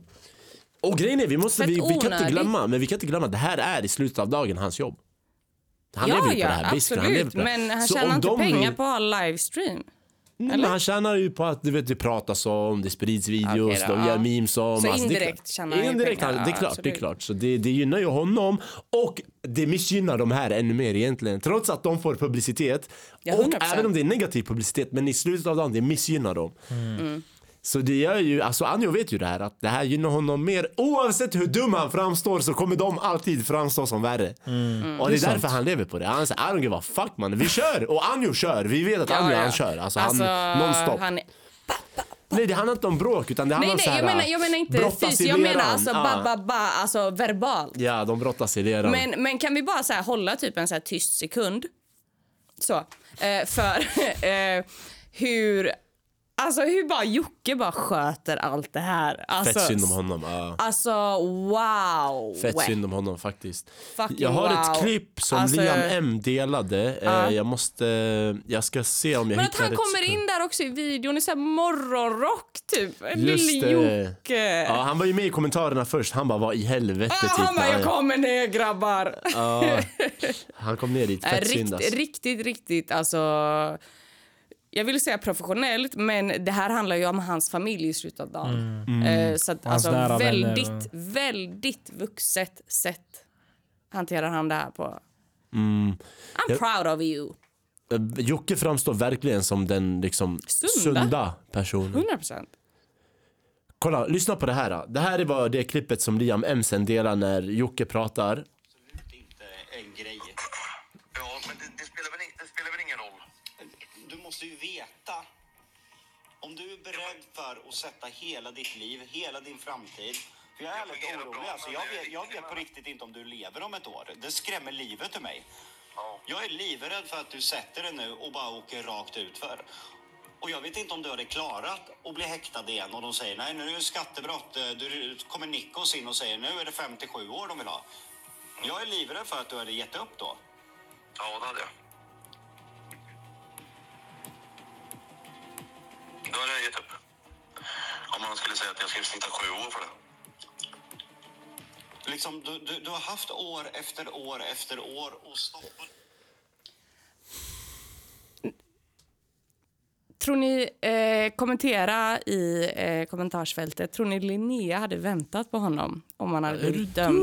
Och grejen är, vi, måste, Fett vi, vi kan inte onödigt. glömma, men vi kan inte glömma att det här är i slutet av dagen hans jobb. Han ja, lever ju på ja, det här, basically. Han lever absolut, på det här. men han Så tjänar om inte de pengar vill- på all livestream. Nej, men han tjänar ju på att du vet, det pratas om, det sprids videos, Okej då, de gör ja. memes om. Så alltså, det är indirekt klart. tjänar han ju Indirekt, pengar, han- det är ja, klart, det är absolut. klart. Så det, det gynnar ju honom och det missgynnar de här ännu mer egentligen. Trots att de får publicitet. Ja, och hundra procent. även om det är negativ publicitet, men i slutet av dagen, det missgynnar dem. Mm. Så det gör ju, alltså Anjo vet ju det här, att det här gynnar honom mer. Oavsett hur dum han framstår så kommer de alltid framstå som värre. Mm. Och det är, därför han lever på det. Han säger, I don't give a fuck man, vi kör! Och Anjo kör, vi vet att Anjo han kör. Alltså, han nonstop. Han, Nej, det handlar inte om bråk, utan det handlar nej, om nej, så här, jag menar, jag menar inte brottas i fysiskt, jag menar leran. alltså Ja. ba, ba, ba, alltså verbalt. Ja, de brottas i leran. Men, men kan vi bara så här, hålla typ en så här tyst sekund? Så. Eh, för eh, hur Alltså hur bara Jocke bara sköter allt det här. Alltså, Fett synd om honom. Uh. Alltså wow. Fett synd om honom faktiskt. Fucking jag har wow. ett klipp som alltså, Liam M delade. uh. uh, jag måste, jag ska se om jag Men hittar att han kommer sekund. in där också i videon i så här morgonrock typ. En Just lille Jocke. Ja, han var ju med i kommentarerna först. Han bara, vad i helvete Ah, typ. han bara, jag kommer ner grabbar. Ja, han kom ner dit. Fett Rikt, synd alltså. Riktigt, riktigt alltså. Jag vill säga professionellt, men det här handlar ju om hans familj i slutet av dagen. Mm. Eh, så att, Hans alltså nära väldigt, vänner. väldigt vuxet sätt hanterar han det här på. Mm. I'm Jag- proud of you. Eh, Jocke framstår verkligen som den liksom Sunda. sunda personen. hundra procent. Kolla, lyssna på det här. Då. Det här är bara det klippet som Liam M sen delar när Jocke pratar. Absolut inte en grej. Ja, men det, det, spelar väl, det spelar väl ingen roll? Du måste ju veta. Om du är beredd för att sätta hela ditt liv, hela din framtid. För jag är Det lite fungerar orolig. bra, Alltså, men jag, det är vet, jag viktigt vet på med- riktigt inte om du lever om ett år. Det skrämmer livet ur mig. Ja. Jag är livrädd för att du sätter dig nu och bara åker rakt ut för. Och jag vet inte om du hade klarat att bli häktad igen och de säger nej, nu är det skattebrott. Du kommer Nikos in och säger nu är det femtiosju år de vill ha. Jag är livrädd för att du hade gett upp då. Ja, det hade jag. Då hade jag gett upp. Om man skulle säga att jag skulle sitta sju år för det. Liksom, du, du, du har haft år efter år efter år och stoppat. Tror ni, eh, kommentera i eh, kommentarsfältet, tror ni Linnea hade väntat på honom om han hade blivit dömd?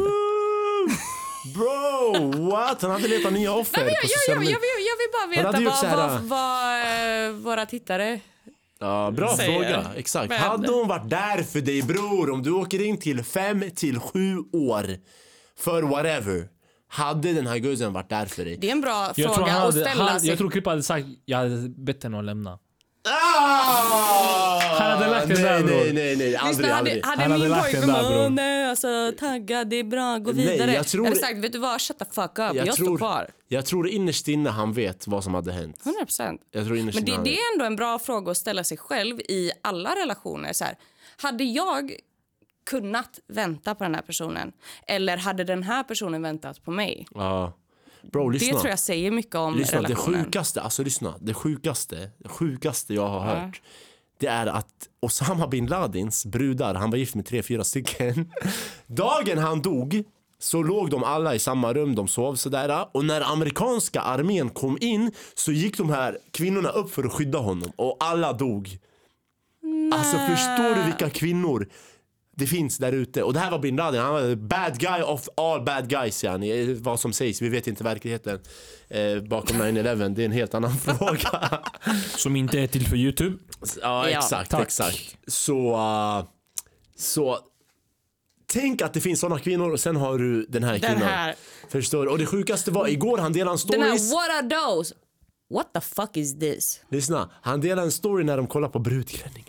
Bro, what? Han hade letat nya offer Nej, men jag, på jag, sociala jag, medier. jag, vill, jag vill bara Han hade veta gjort så vad, här- vad, vad eh, våra tittare... Ja, bra säger. fråga. Exakt. Men- Hade hon varit där för dig, bror, om du åker in till fem till sju år för whatever, hade den här guzzen varit där för dig? Det är en bra Jag tror, fråga han att hade, ställa han, sig. jag tror Klippa hade sagt jag hade bett henne att lämna. Ah! Han hade lagt den nej, där, bror. nej, nej, nej, aldrig, Lyssna, aldrig. hade, hade Han hade min lagt pojke den där, bara, bror. nej, alltså taggad, det är bra, gå Nej, vidare. jag tror- Jag hade sagt, vet du vad, shut the fuck up, jag, Jag står tror, kvar. jag tror innerst inne han vet vad som hade hänt. hundra procent. Jag tror innerst Men inne det, han det vet. är ändå en bra fråga att ställa sig själv i alla relationer. Så här, hade jag kunnat vänta på den här personen? Eller hade den här personen väntat på mig? Ja. Bro, Det lyssna. tror jag säger mycket om Lyssna, det relationen. sjukaste, alltså lyssna, det sjukaste, det sjukaste jag har hört, det är att Osama bin Ladins brudar, han var gift med tre, fyra stycken. Dagen han dog så låg de alla i samma rum, de sov sådär. Och när amerikanska armén kom in så gick de här kvinnorna upp för att skydda honom. Och alla dog. Alltså förstår du vilka kvinnor det finns där ute? Och det här var bin Laden, han var bad guy of all bad guys, yani. Vad som sägs, vi vet inte verkligheten eh, bakom nine eleven, det är en helt annan fråga. Som inte är till för YouTube. Ja, Ja, exakt, tack. exakt. Så, uh, så tänk att det finns såna kvinnor och sen har du den här Den kvinnan. här, Förstår du? Och det sjukaste var, igår han delade en den här, stories. what are those? What the fuck is this? Lyssna, han delade en story när de kollar på brudklänningar.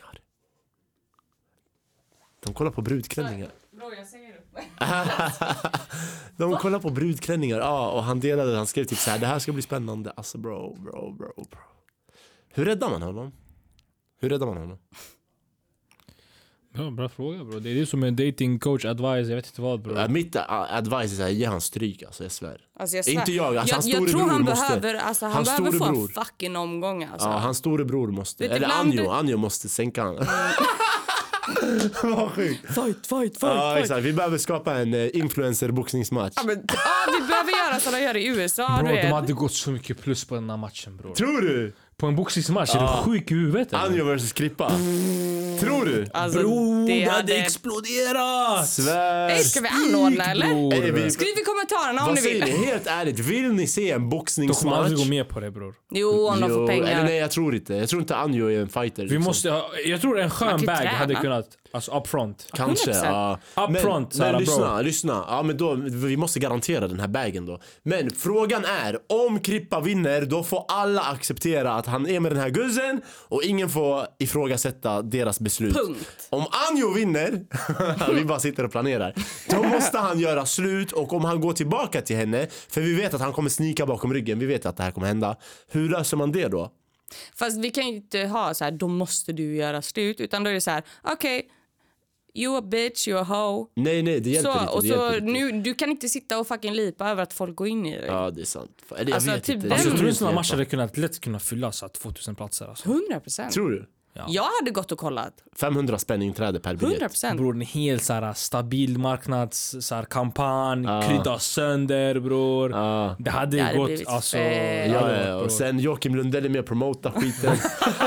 De kollar på brudklänningar. Bro, jag säger det. De kollar på brudklänningar, ja, och han delade, han skrev typ så här: det här ska bli spännande. Alltså bro, bro, bro, bro. Hur räddar man honom? Hur räddar man honom? Ja, bra fråga, bro. Det är det som en dating coach advice, jag vet inte vad, bro. Äh, mitt uh, advice är så här, ge han stryk, alltså, jag svär. Alltså jag svär. Inte jag, alltså, jag, hans jag tror storebror han måste- behöver, alltså, han hans behöver få storebror. en fucking omgång. Alltså. Ja, hans storebror måste, Vet du, eller ibland- Anjo, Anjo måste sänka han. Vad sjukt. Fight, fight, fight, Ja, fight. exakt. Vi behöver skapa en uh, influencer-boxningsmatch. Ja, men, ja, vi behöver göra som de gör i U S A. Bro, du de vet. hade gått så mycket plus på den här matchen, bro. Tror du? På en boxningsmatch, är du sjuk i huvudet? eller? Anjo versus Krippa. Tror du? Alltså, Bro, det det hade hade... exploderat! Svär. Ey, ska vi anordna eller? Bror. Ey, vi- Skriv i kommentarerna om Vad ni vill. säger ni? Helt ärligt, vill ni se en De kommer boxningsmatch? aldrig gå med på det, bror. Jo, om de får Jo, pengar. eller nej, jag tror inte. Jag tror inte Anjo är en fighter. Vi liksom. måste ha, jag tror en Man skön kan ju bag träna. hade kunnat, alltså up front. Kanske, hundra procent. ja. Up Men, front, men Sara, bro. lyssna, lyssna. Ja, men då, vi måste garantera den här bagen då. Men frågan är, om Krippa vinner, då får alla acceptera att han är med den här guzzen och ingen får ifrågasätta deras beslut. Punkt. Om Anjo vinner, vi bara sitter och planerar, då måste han göra slut. Och om han går tillbaka till henne, för vi vet att han kommer snika bakom ryggen, vi vet att det här kommer hända. Hur löser man det då? Fast vi kan ju inte ha så här, då måste du göra slut. Utan då är det så här, okej, okay, you a bitch, you a hoe. Nej, nej, det hjälper så, inte. Och det så inte. nu, du kan inte sitta och fucking lipa över att folk går in i det. Ja, det är sant. Eller, jag Alltså, vet typ inte. den- Alltså, jag tror inte att det matchen hade hjälper. kunnat lätt kunna fylla så här tvåtusen platser. Alltså. hundra procent. Tror du? Ja. Jag hade gått och kollat. femhundra spänn inträde per biljett. hundra procent. Bror, en helt så här, stabil marknads så här, kampanj, Ah. krydda sönder bror. Ja. Det hade Det hade gått blivit alltså... fett. Ja, hade ja, gått, ja. bror. Och sen Joakim Lundell är med och promota skiten.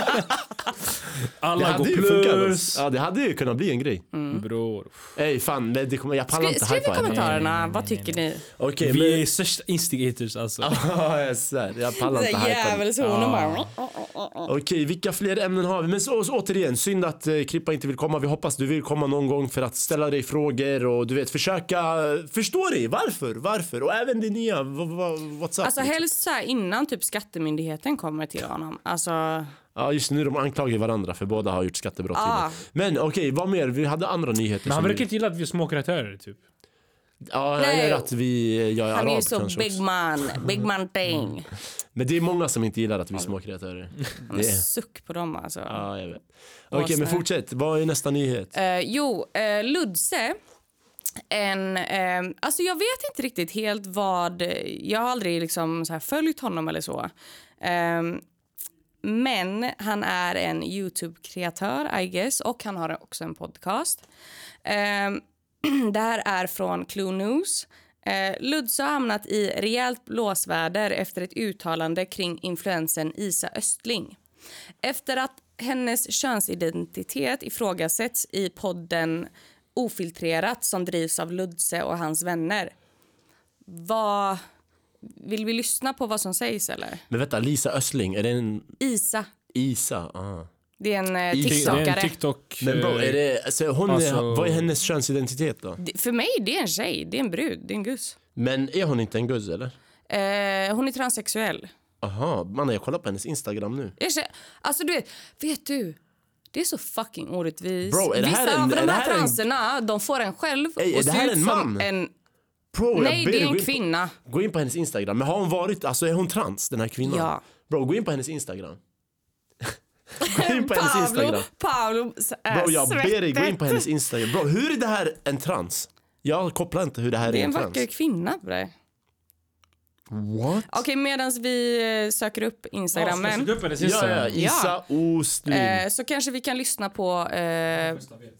Det Alla går hade ju funkat. plus. Alltså. Ja, det hade ju kunnat bli en grej. Bror. Ey, fan, men det kommer, jag pallar Skri, inte skriv i hypa henne. kommentarerna, vad tycker ni? Okej, Vi men... är största instigators alltså. Ja, jag svär. Jag pallar inte hypa henne. Jävelshonen bara. Okej, vilka fler ämnen har vi? Men så, så, återigen, synd att eh, Krippa inte vill komma. Vi hoppas du vill komma någon gång för att ställa dig frågor och du vet, försöka eh, förstå dig. Varför? Varför? Och även det nya. V- v- what's up? Alltså helst så här innan typ skattemyndigheten kommer till honom. Alltså, Ja, just nu de anklagar varandra för båda har gjort skattebrott. Ah. Men okej, vad mer? Vi hade andra nyheter. Men han som- verkar inte gilla att vi är småkreatörer typ. Ja, Nej. eller att vi jag är han är ju arab så kanske big också. man, big man thing. Men det är många som inte gillar att vi är småkreatörer. Han Det är är... suck på dem alltså. Ja, jag vet. Okej, Åsne. men fortsätt. Vad är nästa nyhet? Eh, jo, eh, Ludse, en, eh, alltså jag vet inte riktigt helt vad, jag har aldrig liksom så här följt honom eller så. Eh, men han är en YouTube-kreatör, I guess, och han har också en podcast. Eh, det här är från Clue News. Eh, Ludse har hamnat i rejält blåsväder efter ett uttalande kring influensen Isa Östling. Efter att hennes könsidentitet ifrågasätts i podden Ofiltrerat som drivs av Ludse och hans vänner. Vad... Vill vi lyssna på vad som sägs eller? Men vänta, Lisa Östling, är det en Isa. Isa? Ah. Det är en eh, Isa. Det är TikTokare. en TikTok... Men bro, är det, alltså, hon är, Alltså- vad är hennes könsidentitet då? Det- För mig det är en tjej, det är en brud, det är en gus. Men är hon inte en guzz eller? Eh, hon är transsexuell. Aha, man jag kollar på hennes Instagram nu. Jag känner, alltså du vet, vet du? Det är så fucking orättvist. Bro, är det här Vissa en- av är de det här här en- transerna, de får en själv Ey, är och det ser här ut en som man? en... Bro, jag Nej, ber det dig, är gå en in på- kvinna. Gå in på hennes Instagram. Men har hon varit, alltså är hon trans, den här kvinnan? Ja. Bro, gå in på hennes Instagram. Gå in på hennes Pablo, Instagram. Pablo är Bro, jag ber dig, gå in på svettigt. hennes Instagram. Bro, hur är det här en trans? Jag kopplar inte hur det här Det är är en en trans. vacker kvinna på det. What? Okej, medan vi eh, söker upp Instagrammen Ska jag upp hennes Ja, Instagram? ja, Isa Ostling. eh, så kanske vi kan lyssna på... Eh,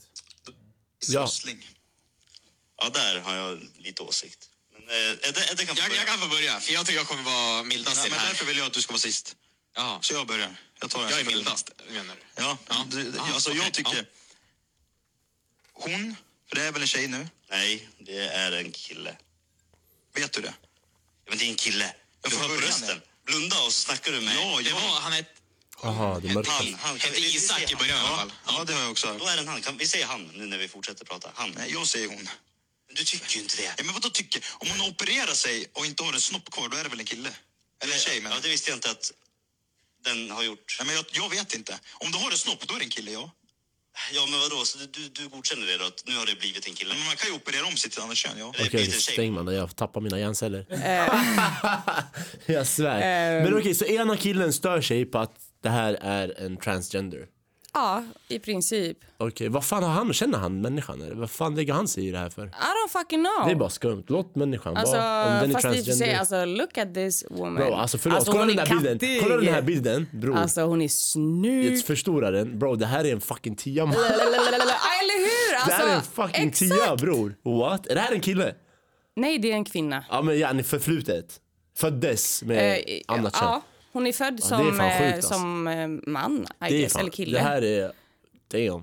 Ja. Östling. Ja, där har jag lite åsikt. Men, eh, Edde, Edde kan få Jag, börja. jag kan få börja, för jag tror jag kommer vara mildast Ja, i det men här. därför vill jag att du ska vara sist. Ja, Så jag börjar. Jag, tar jag är mildast, menar du? Ja, Ja. Du, Ja, alltså okej, jag tycker... ja. Hon, för det är väl en tjej nu? Nej, det är en kille. Vet du det? Ja, men det är en kille. Jag får höra på rösten. Blunda och så snackar du med... Ja, det var, han är Aha, det är mörkt. Han, han. Hette vi- vi Isak säger i början han. i alla fall. Ja, det har jag också. Ja. Då är det en han. Kan, vi säger han nu när vi fortsätter prata. Han. Nej, jag säger hon. Men du tycker ju inte det. Ja, men vadå tycker? Om hon opererar sig och inte har en snopp kvar, då är det väl en kille? Eller en tjej, men. Ja, det visste jag inte att den har gjort. Nej, men jag, jag vet inte. Om du har en snopp, då är det en kille, ja. Ja, men vadå? Så du, du, du godkänner det då? Att nu har det blivit en kille? Men man kan ju operera om sig till annat kön, ja. Okej, stäng man det. Jag tappar mina hjärnceller. Jag svär. Men okej, så ena killen stör sig på att det här är en transgender. ja, i princip. Okej, vad fan har han? Känner han människan? Eller vad fan lägger han sig i det här för? I don't fucking know. Det är bara skumt. Låt människan Alltså, vara. Om den är fast i och för sig, transgender. alltså, look at this woman. Bro, alltså förlåt. kolla hon den är där bilden. kattig. Kolla den här bilden, bror. Alltså, hon är snygg. Förstora den. Bro, det här är en fucking tia, man. Eller hur? Det Alltså, här är en fucking exakt. tia, bror. What? Är det här en kille? Nej, det är en kvinna. Ja, men ja, ni förflutet. Föddes med Eh, annat kön. ja, hon är född det är som, fan eh, sjukt, alltså. som eh, man, I Det är guess, fan, eller kille. det här är... Damn.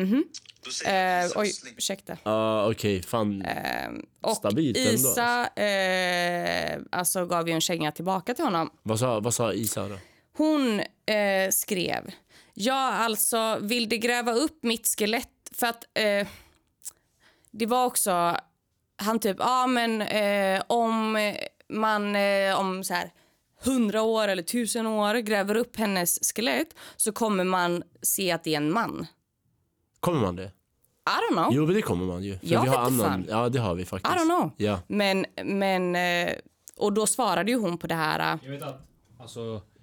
Eh, oj, ursäkta. Ja, okej, fan. Och Stabilt ändå, Isa eh, alltså gav ju en känga tillbaka till honom. Vad sa, vad sa Isa då? Hon eh, skrev: ja, alltså vill det gräva upp mitt skelett för att eh, det var också han typ, ja ah, men eh, om man eh, om så här hundra år eller tusen år gräver upp hennes skelett så kommer man se att det är en man. Kommer man det? I don't know. Jo, men det kommer man ju. För Jag vi har vet inte annan... fan. Ja, det har vi faktiskt. I don't know. Ja. Men, men eh, och då svarade ju hon på det här. Jag vet att, alltså,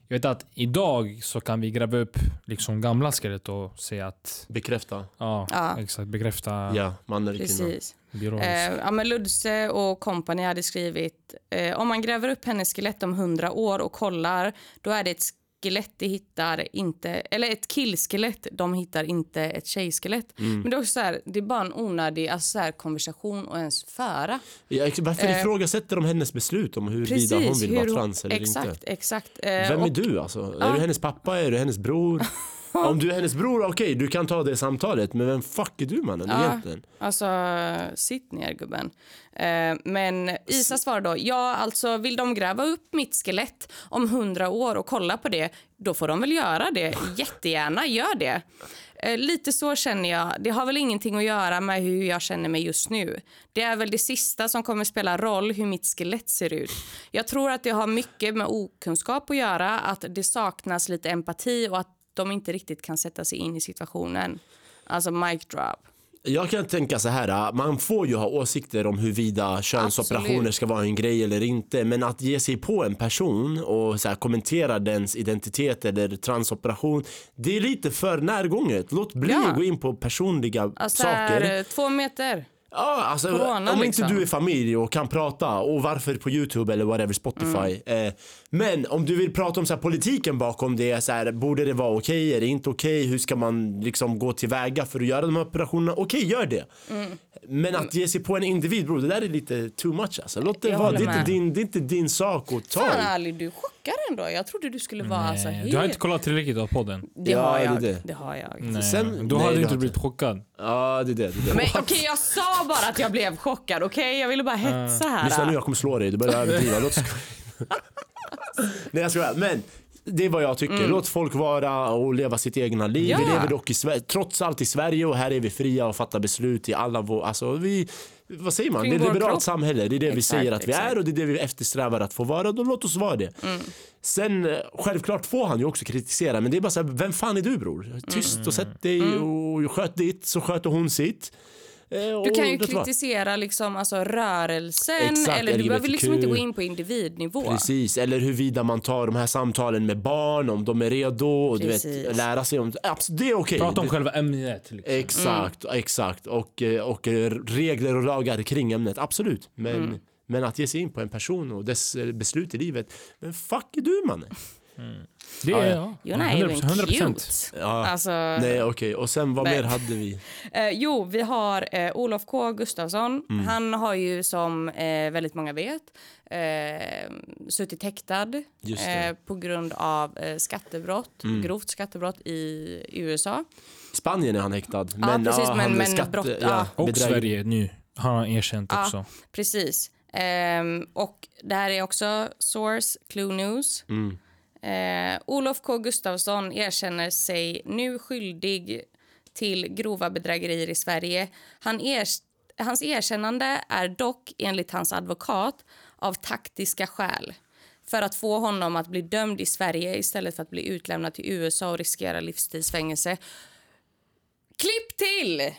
Jag vet att idag så kan vi gräva upp liksom gamla skelett och se att... Bekräfta. Ja, Ja. exakt. Bekräfta Ja, man eller kvinna. Precis. biologiskt. Eh, ja, men Ludse och company hade skrivit eh, om man gräver upp hennes skelett om hundra år och kollar, då är det ett skelett de hittar inte, eller ett killskelett, de hittar inte ett tjejskelett. Mm. Men det är också så här, det är bara en onödig alltså så här, konversation och ens föra. Ja, varför Eh, ifrågasätter de hennes beslut om huruvida Precis, hon vill hur vara hon- trans eller exakt, inte? Exakt, eh, Vem är och- du alltså? Ja. Är du hennes pappa? Är du hennes bror? Om du är hennes bror, okej, okay, du kan ta det samtalet. Men vem fuck är du, mannen? Ja. Egentligen? Alltså, sitt ner gubben. Eh, men Isa svarar då, ja alltså vill de gräva upp mitt skelett om hundra år och kolla på det, då får de väl göra det. Jättegärna, gör det. Eh, lite så känner jag. Det har väl ingenting att göra med hur jag känner mig just nu. Det är väl det sista som kommer spela roll, hur mitt skelett ser ut. Jag tror att det har mycket med okunskap att göra, att det saknas lite empati och att de inte riktigt kan sätta sig in i situationen. Alltså mic drop. Jag kan tänka så här, man får ju ha åsikter om huruvida könsoperationer Absolut. ska vara en grej eller inte, men att ge sig på en person och så här, kommentera dens identitet eller transoperation, det är lite för närgånget. Låt bli Ja. att gå in på personliga Alltså saker. här, två meter. Ja, alltså, Corona, om liksom. inte du är familj och kan prata, och varför på YouTube eller whatever, Spotify. Mm. Eh, men om du vill prata om så här, politiken bakom det, så här, borde det vara okej, är det inte okej, hur ska man liksom gå tillväga för att göra de här operationerna? Okej, gör det. Mm. Men att ge sig på en individ, bro, det där är lite too much alltså. Låt det Jag vara, håller det är, inte med. din, det är inte din sak att ta Fan i. Ali, du chockar ändå. Jag trodde du skulle vara alltså helt... Du har inte kollat tillräckligt av podden. Det Ja, har det är jag. det. Det har jag. Nej. Sen- Då nej, hade det du har inte jag blivit chockad. Ja, det är det. det, är det. Men okej, jag sa bara att jag blev chockad. Okej, jag ville bara hetsa här. Lyssna nu, jag kommer slå dig. Du börjar överdriva. Låt Nej, jag skojar. Men det är vad jag tycker. Mm. Låt folk vara och leva sitt egna liv. Ja. Vi lever dock i Sverige, trots allt i Sverige, och här är vi fria och fattar beslut i alla vår... Alltså vi... Vad säger man? Kring Det är ett vår liberalt kropp. samhälle. Det är det vi Exakt, säger att vi exakt. är, och det är det vi eftersträvar att få vara. Då låt oss vara det. Mm. Sen, eh, självklart får han ju också kritisera, men det är bara så här, vem fan är du, bror? Tyst och sätt dig och sköt ditt, så sköter hon sitt. Eh, Du och kan ju det var- kritisera liksom, alltså, rörelsen. Exakt, eller du L G B T Q. behöver liksom inte gå in på individnivå. Precis, eller huruvida man tar de här samtalen med barn, om de är redo, och du vet, Precis. lära sig om... Absolut, det är okej. Prata om Det- själva ämnet. Liksom. Exakt, exakt. Och, eh, och eh, regler och lagar kring ämnet, absolut. Men, Mm. men att ge sig in på en person och dess eh, beslut i livet, men fuck är du, mannen? Det Ja, är ja. ja. You're not even hundra procent. cute. Ja. Alltså, Nej, okej. Och sen vad Nej. mer hade vi? Eh, jo, vi har eh, Olof K Gustafsson. Mm. Han har ju, som eh, väldigt många vet, eh, suttit häktad Just det. Mm. eh, på grund av eh, skattebrott, grovt skattebrott i U S A. Spanien är han häktad. precis, men- han är men brott, ja. Och bedrägeri. Sverige nu har han erkänt Ja, också. precis. Ehm, och det här är också source, Clue News. Mm. Eh, Olof K Gustafsson erkänner sig nu skyldig till grova bedrägerier i Sverige. Han ers- hans erkännande är dock enligt hans advokat av taktiska skäl, för att få honom att bli dömd i Sverige istället för att bli utlämnad till U S A och riskera livstidsfängelse. Klipp till!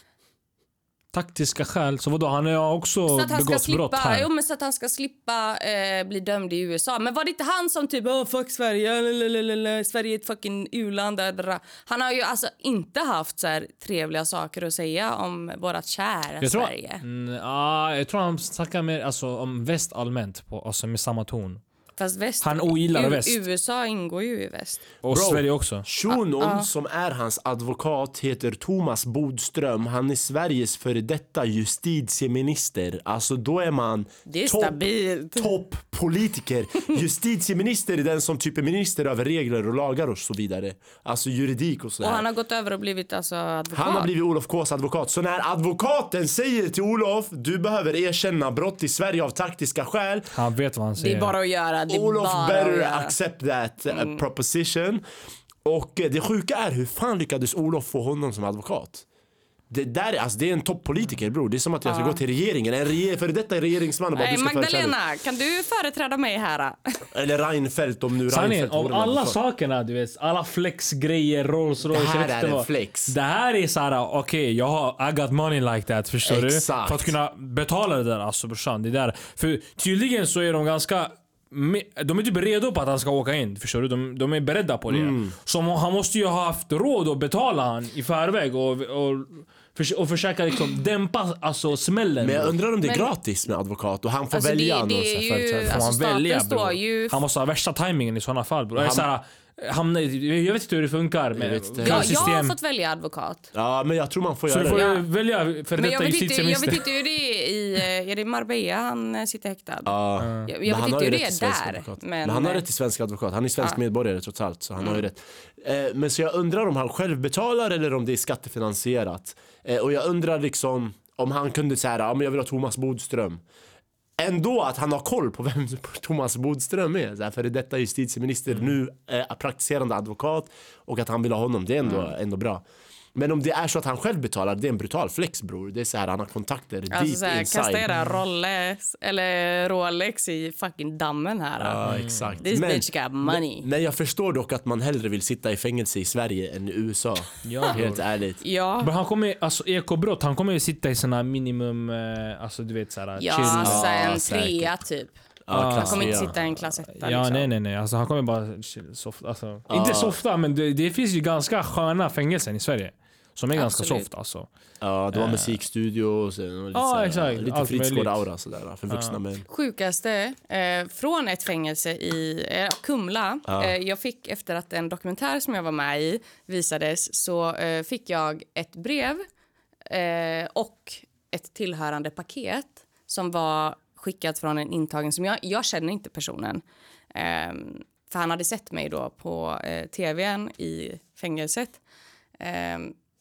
Taktiska skäl. Så vadå, han har också Så att han ska begått brott slippa, här. jo, men så att han ska slippa eh, bli dömd i U S A. Men var det inte han som typ, oh, fuck Sverige, lalalala, Sverige är ett fucking u-land. dadada. Han har ju alltså inte haft så här trevliga saker att säga om vårat kära Jag tror, Sverige. mm, ja, jag tror han snackar mer alltså, om väst allmänt, på, alltså med samma ton. Fast väst, Han ogillar U- väst. U S A ingår ju i väst. Och Bro. Sverige också. Shunon som är hans advokat heter Thomas Bodström. Han är Sveriges före detta justitieminister. Alltså då är man Det är topp- stabilt. topppolitiker. Justitieminister är den som typ är minister över regler och lagar och så vidare. Alltså juridik och Och sådär. han har gått över och blivit alltså advokat. Han har blivit Olof K's advokat. Så när advokaten säger till Olof, du behöver erkänna brott i Sverige av taktiska skäl, Han vet vad han Det säger. är bara att göra. Det är Olof bara att better göra. accept that uh, proposition. Och eh, det sjuka är, hur fan lyckades Olof få honom som advokat? Det där är, alltså, det är en toppolitiker, bror. Det är som att jag ska gå till regeringen. En reger, för detta är regeringsman och bara, Nej, du ska företräda. Magdalena, kan du företräda mig här? Eller Reinfeldt, om nu Sanningen, Reinfeldt av vore alla advokat. sakerna, du vet, alla flexgrejer, Rolls Royce, Det här är riktigt en vad- flex. Det här är såhär, okej, okay, jag har I got money like that, förstår Exakt. du? För att kunna betala det där, alltså brorsan, det där. För tydligen så är de ganska de är typ redo på att han ska åka in, förstår du? De, de är beredda på det. Mm. Så han måste ju ha haft råd att betala han i förväg och, och, för, och försöka liksom dämpa alltså smällen. Men jag undrar om det är Men, gratis med advokat och han får alltså välja det, någon det är ju, för alltså han välja, står ju... Han måste ha värsta timingen i sådana fall, bro. Han, såhär, han, jag vet inte hur det funkar med jag, jag, jag har fått välja advokat. Ja, men jag tror man får så göra får det. Ja. välja för men jag detta vet, inte, jag vet justitieminister. inte hur det är i... Är det Marbella han sitter häktad? Ja. Jag, jag vet inte hur det är där. Men, men, men han har rätt till svensk advokat. Han är svensk ja. medborgare trots allt, så han mm. har ju rätt. Eh, men så jag undrar om han själv betalar eller om det är skattefinansierat. Eh, och jag undrar liksom om han kunde säga, ja men jag vill ha Thomas Bodström. Ändå att han har koll på vem Thomas Bodström är, så här, för detta justitieminister mm. nu är praktiserande advokat och att han vill ha honom, det är ändå, mm. ändå bra. Men om det är så att han själv betalar, det är en brutal flex, bror. Det är så här, han har kontakter alltså, deep såhär, inside. Kasta era Rolex eller Rolex i fucking dammen här. Ja, mm. exakt. This men, bitch got money. Men, men jag förstår dock att man hellre vill sitta i fängelse i Sverige än i U S A. Ja, helt ärligt. Ja. Men han kommer, alltså ekobrott, han kommer ju sitta i såna minimum, alltså du vet såhär, ja, chill. Alltså, en ja, trea typ. Ja, han kommer inte sitta i en klass etta. Ja, liksom. nej, nej, nej. Alltså, han kommer bara chill, soft, alltså, ja. inte softa, men det, det finns ju ganska sköna fängelser i Sverige. Som är ganska Absolut. soft alltså. Ja, det var musikstudio och så, och lite, ja, såhär, exakt. lite fritidsgård-aura sådär för vuxna ja. män. Sjukaste, eh, från ett fängelse i eh, Kumla. Ja. Eh, jag fick, efter att en dokumentär som jag var med i visades, så eh, fick jag ett brev eh, och ett tillhörande paket som var skickat från en intagen som jag, jag känner inte personen. Eh, för han hade sett mig då på eh, tvn i fängelset. Eh,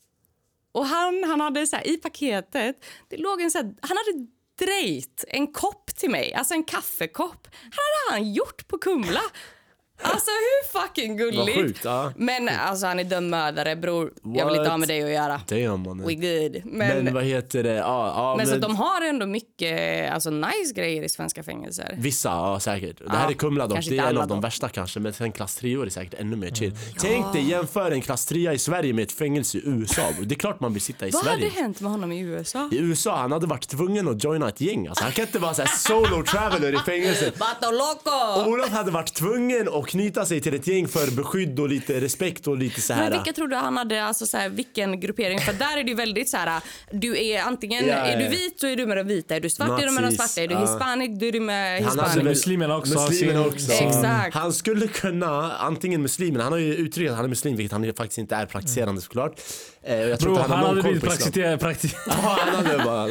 Och han, han hade så här, i paketet, det låg en så här, han hade drejt en kopp till mig, alltså en kaffekopp. Han hade han gjort på Kumla. Alltså hur fucking gulligt. Sjukt, ja. Men alltså han är dömmördare, bror. What? Jag vill inte ha med dig att göra. Damn, man. We good. Men, men vad heter det? Ja, ja, men, men så att de har ändå mycket alltså nice grejer i svenska fängelser. Vissa, ja säkert. Det här Ja, är Kumla dock, det är en av de dock. värsta kanske. Men sen klass tre är säkert ännu mer chill. Mm. Tänk dig jämföra en klass tre i Sverige med ett fängelse i U S A. Det är klart man vill sitta i Vad Sverige. hade hänt med honom i U S A? I U S A, han hade varit tvungen att joina ett gäng. Alltså, han kan inte vara så här solo traveler i fängelset. Vato loco! Olof hade varit tvungen att knyta sig till ett gäng för beskydd och lite respekt och lite så här. Men vilka tror du han hade, alltså så här, vilken gruppering? För där är det ju väldigt så här, du är antingen, ja, är du ja. vit så är du med de vita, är du svart är du med de svarta, är du ja. hispanic då är du med Han hade hispanic. väl- Muslimerna också. Muslimerna sin- också. Exakt. Han skulle kunna, antingen muslimen, han har ju uttryckt att han är muslim, vilket han faktiskt inte är praktiserande såklart. Eh, jag tror Bro, inte han har hade någon koll blivit på islam. praktiserad. Prakti- Ja, han hade bara,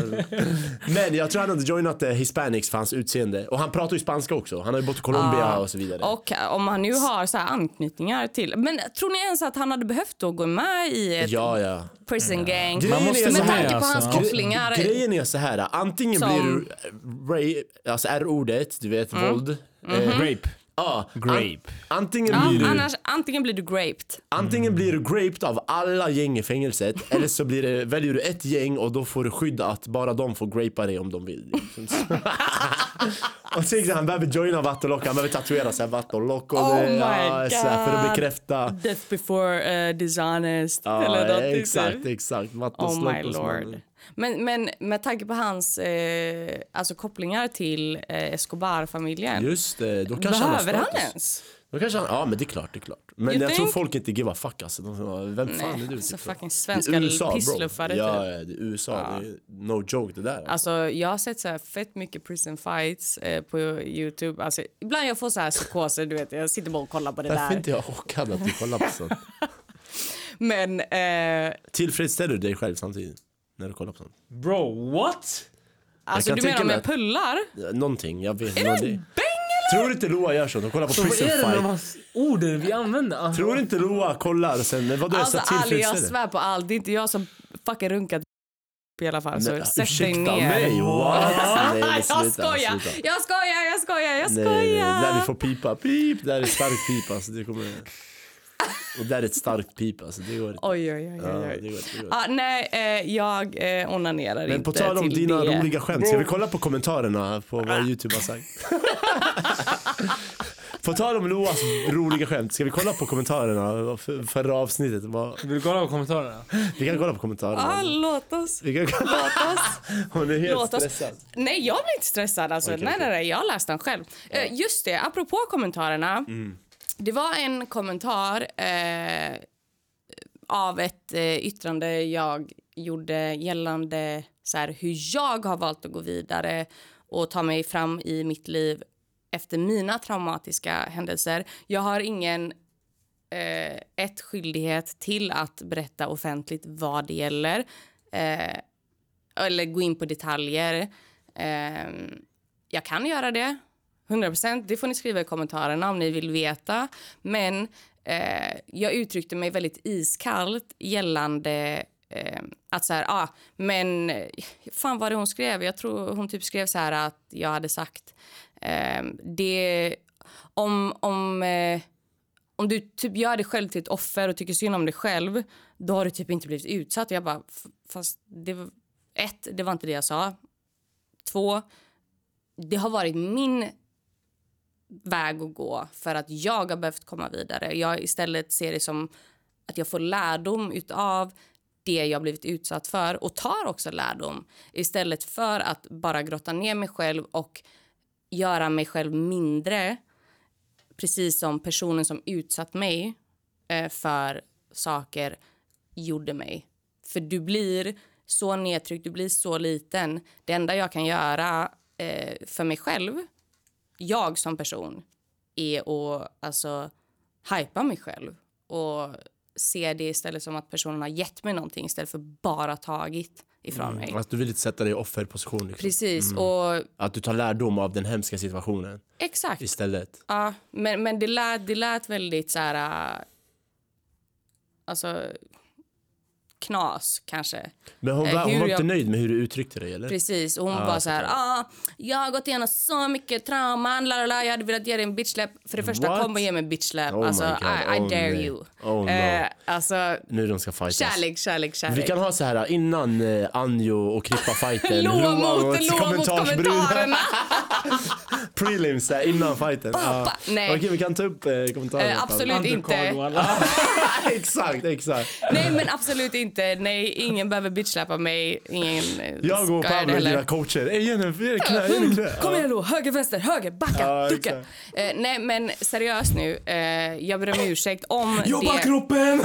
men jag tror han hade joinat eh, Hispanics för hans utseende. Och han pratar ju spanska också. Han har ju bott i Colombia Ja. och så vidare. Och om han nu har så här anknytningar till, men tror ni ens att han hade behövt då gå med i ett Ja, ja. prison gang? Grejen Man måste är så Med här, tanke på hans alltså. kopplingar. Grejen är så här, antingen Som- blir du rape, alltså R-ordet, du vet, våld. Eh, Grape. ja, Grape. An, antingen Ja, blir du annars, antingen blir du graped. Antingen blir du graped av alla gäng i fängelset eller så blir det, väljer du ett gäng och då får du skydda att bara de får grapa dig om de vill. Och tänk så han behöver joina Vattenlock, han behöver tatuera sig Vattenlock och Oh det, my ja, så här, för att God. bekräfta. Death before uh, dishonest. Ja, eller något exakt, sånt. exakt. Oh Vattenlock my och så. lord. Men, men med tanke på hans eh, alltså kopplingar till eh, Escobar-familjen. Just det, då kanske han har Behöver han status. ens? Då kanske han, ja men det är klart, det är klart. Men You jag tror think? folk inte give a fuck alltså. De, vem fan Nej, är du? så typ? fucking Det svenska är U S A, bro. pissluffare, Ja, typ. ja, det är U S A, det är no joke det där. Alltså jag har sett så här fett mycket prison fights eh, på YouTube. Alltså ibland jag får så här psykoser, du vet. Jag sitter bara och kollar på det Därför är där. inte jag chockad att du kollar på sånt. Men eh, Tillfredsställer du dig själv samtidigt när du kollar på sånt? Bro, what? alltså kan du tänka menar mig med att- pullar? Ja, någonting, jag vet Är du inte. en bäng eller? Tror inte Loa gör så? De kollar på Så vad prison är det med fight. de här orden vi använder? Tror inte Loa kollar sen? Vadå, Alltså jag sa Ali, jag tillfredsställer? svär på allt. Det är inte jag som fucking runkat i alla fall. Så Nej, sätt dig ursäkta ner. mig, what? Nej, men jag sluta, skojar, sluta. jag skojar, jag skojar, jag Nej, skojar. nej, där vi får pipa, pip, där är ett starkt pip alltså, det kommer... Och där är ett starkt pip alltså, det går inte. Oj, oj, oj, Ja, oj. det oj. går inte, det går inte. Ah, nej, eh, jag eh, onanerar Men inte på tal om till dina det. roliga skämt, ska vi kolla på kommentarerna på vad YouTube har sagt? På tal om Loas roliga skämt, ska vi kolla på kommentarerna för, förra avsnittet? Vad... Vill du kolla på kommentarerna? Vi kan kolla på kommentarerna. Ah, låt oss. Vi kan kolla. Låt oss. Hon är helt Låt oss. stressad. Nej, jag blir inte stressad. Alltså. Okej, nej, okej. nej, nej, jag har läst den själv. Ja. Uh, just det, apropå kommentarerna. Mm. Det var en kommentar eh, av ett eh, yttrande jag gjorde gällande så här, hur jag har valt att gå vidare och ta mig fram i mitt liv efter mina traumatiska händelser. Jag har ingen eh, ett skyldighet till att berätta offentligt vad det gäller. Eh, eller gå in på detaljer. Eh, jag kan göra det. hundra procent. Det får ni skriva i kommentarerna om ni vill veta. Men eh, jag uttryckte mig väldigt iskallt gällande eh, att så här, ah, men fan vad det hon skrev. Jag tror hon typ skrev så här att jag hade sagt eh, det om om eh, om du typ gör dig själv till ett offer och tycker synd om dig själv, då har du typ inte blivit utsatt. Jag bara, fast det var ett, det var inte det jag sa. Två, det har varit min väg att gå för att jag har behövt komma vidare. Jag istället ser det som att jag får lärdom utav det jag blivit utsatt för och tar också lärdom istället för att bara grotta ner mig själv och göra mig själv mindre, precis som personen som utsatt mig eh, för saker gjorde mig. För du blir så nedtryckt, du blir så liten. Det enda jag kan göra eh, för mig själv, jag som person, är att alltså hypa mig själv och se det istället som att personen har gett mig någonting istället för bara tagit ifrån Mm, mig. att du vill inte sätta dig i offerposition. Liksom. Precis. Mm. Och Att du tar lärdom av den hemska situationen. exakt. Istället. Ja, men, men det, lät, det lät väldigt så här... äh, alltså... knas, kanske. Men hon Eh, var, hon hur var inte jag- nöjd med hur du uttryckte dig, eller? Precis, och hon Ah, bara så här, såklart. ah, jag har gått igenom så mycket trauman, la, la, la, jag hade velat ge dig en bitchsläpp. För det första, What? kom och ge mig en bitchsläpp. Oh alltså, my God. I, I Oh dare nej. you. Oh no. Eh, alltså, Nu de ska fightas. kärlek, kärlek, kärlek. Vi kan ha så här innan eh, Anjo och Krippa-fighten. Lå Loa mot, mot lå mot kommentarsbruden. kommentarerna. Prelims där, innan fighten. Pappa, Ja. nej. Okej, vi kan ta upp eh, kommentarerna. Eh, absolut Undercard inte. och alla. Exakt, exakt. Nej, men absolut inte. Nej, ingen behöver bitchsläppa mig. Ingen eh, Jag går ska på göra det med heller. dina coacher. Ey, Jennifer, är det knä? Är det knä? Kom Ja. igen då, höger, vänster, höger, backa, Ja, ducka. exakt. Eh, nej, men seriöst nu. Eh, jag ber om ursäkt om Jobba det... kroppen!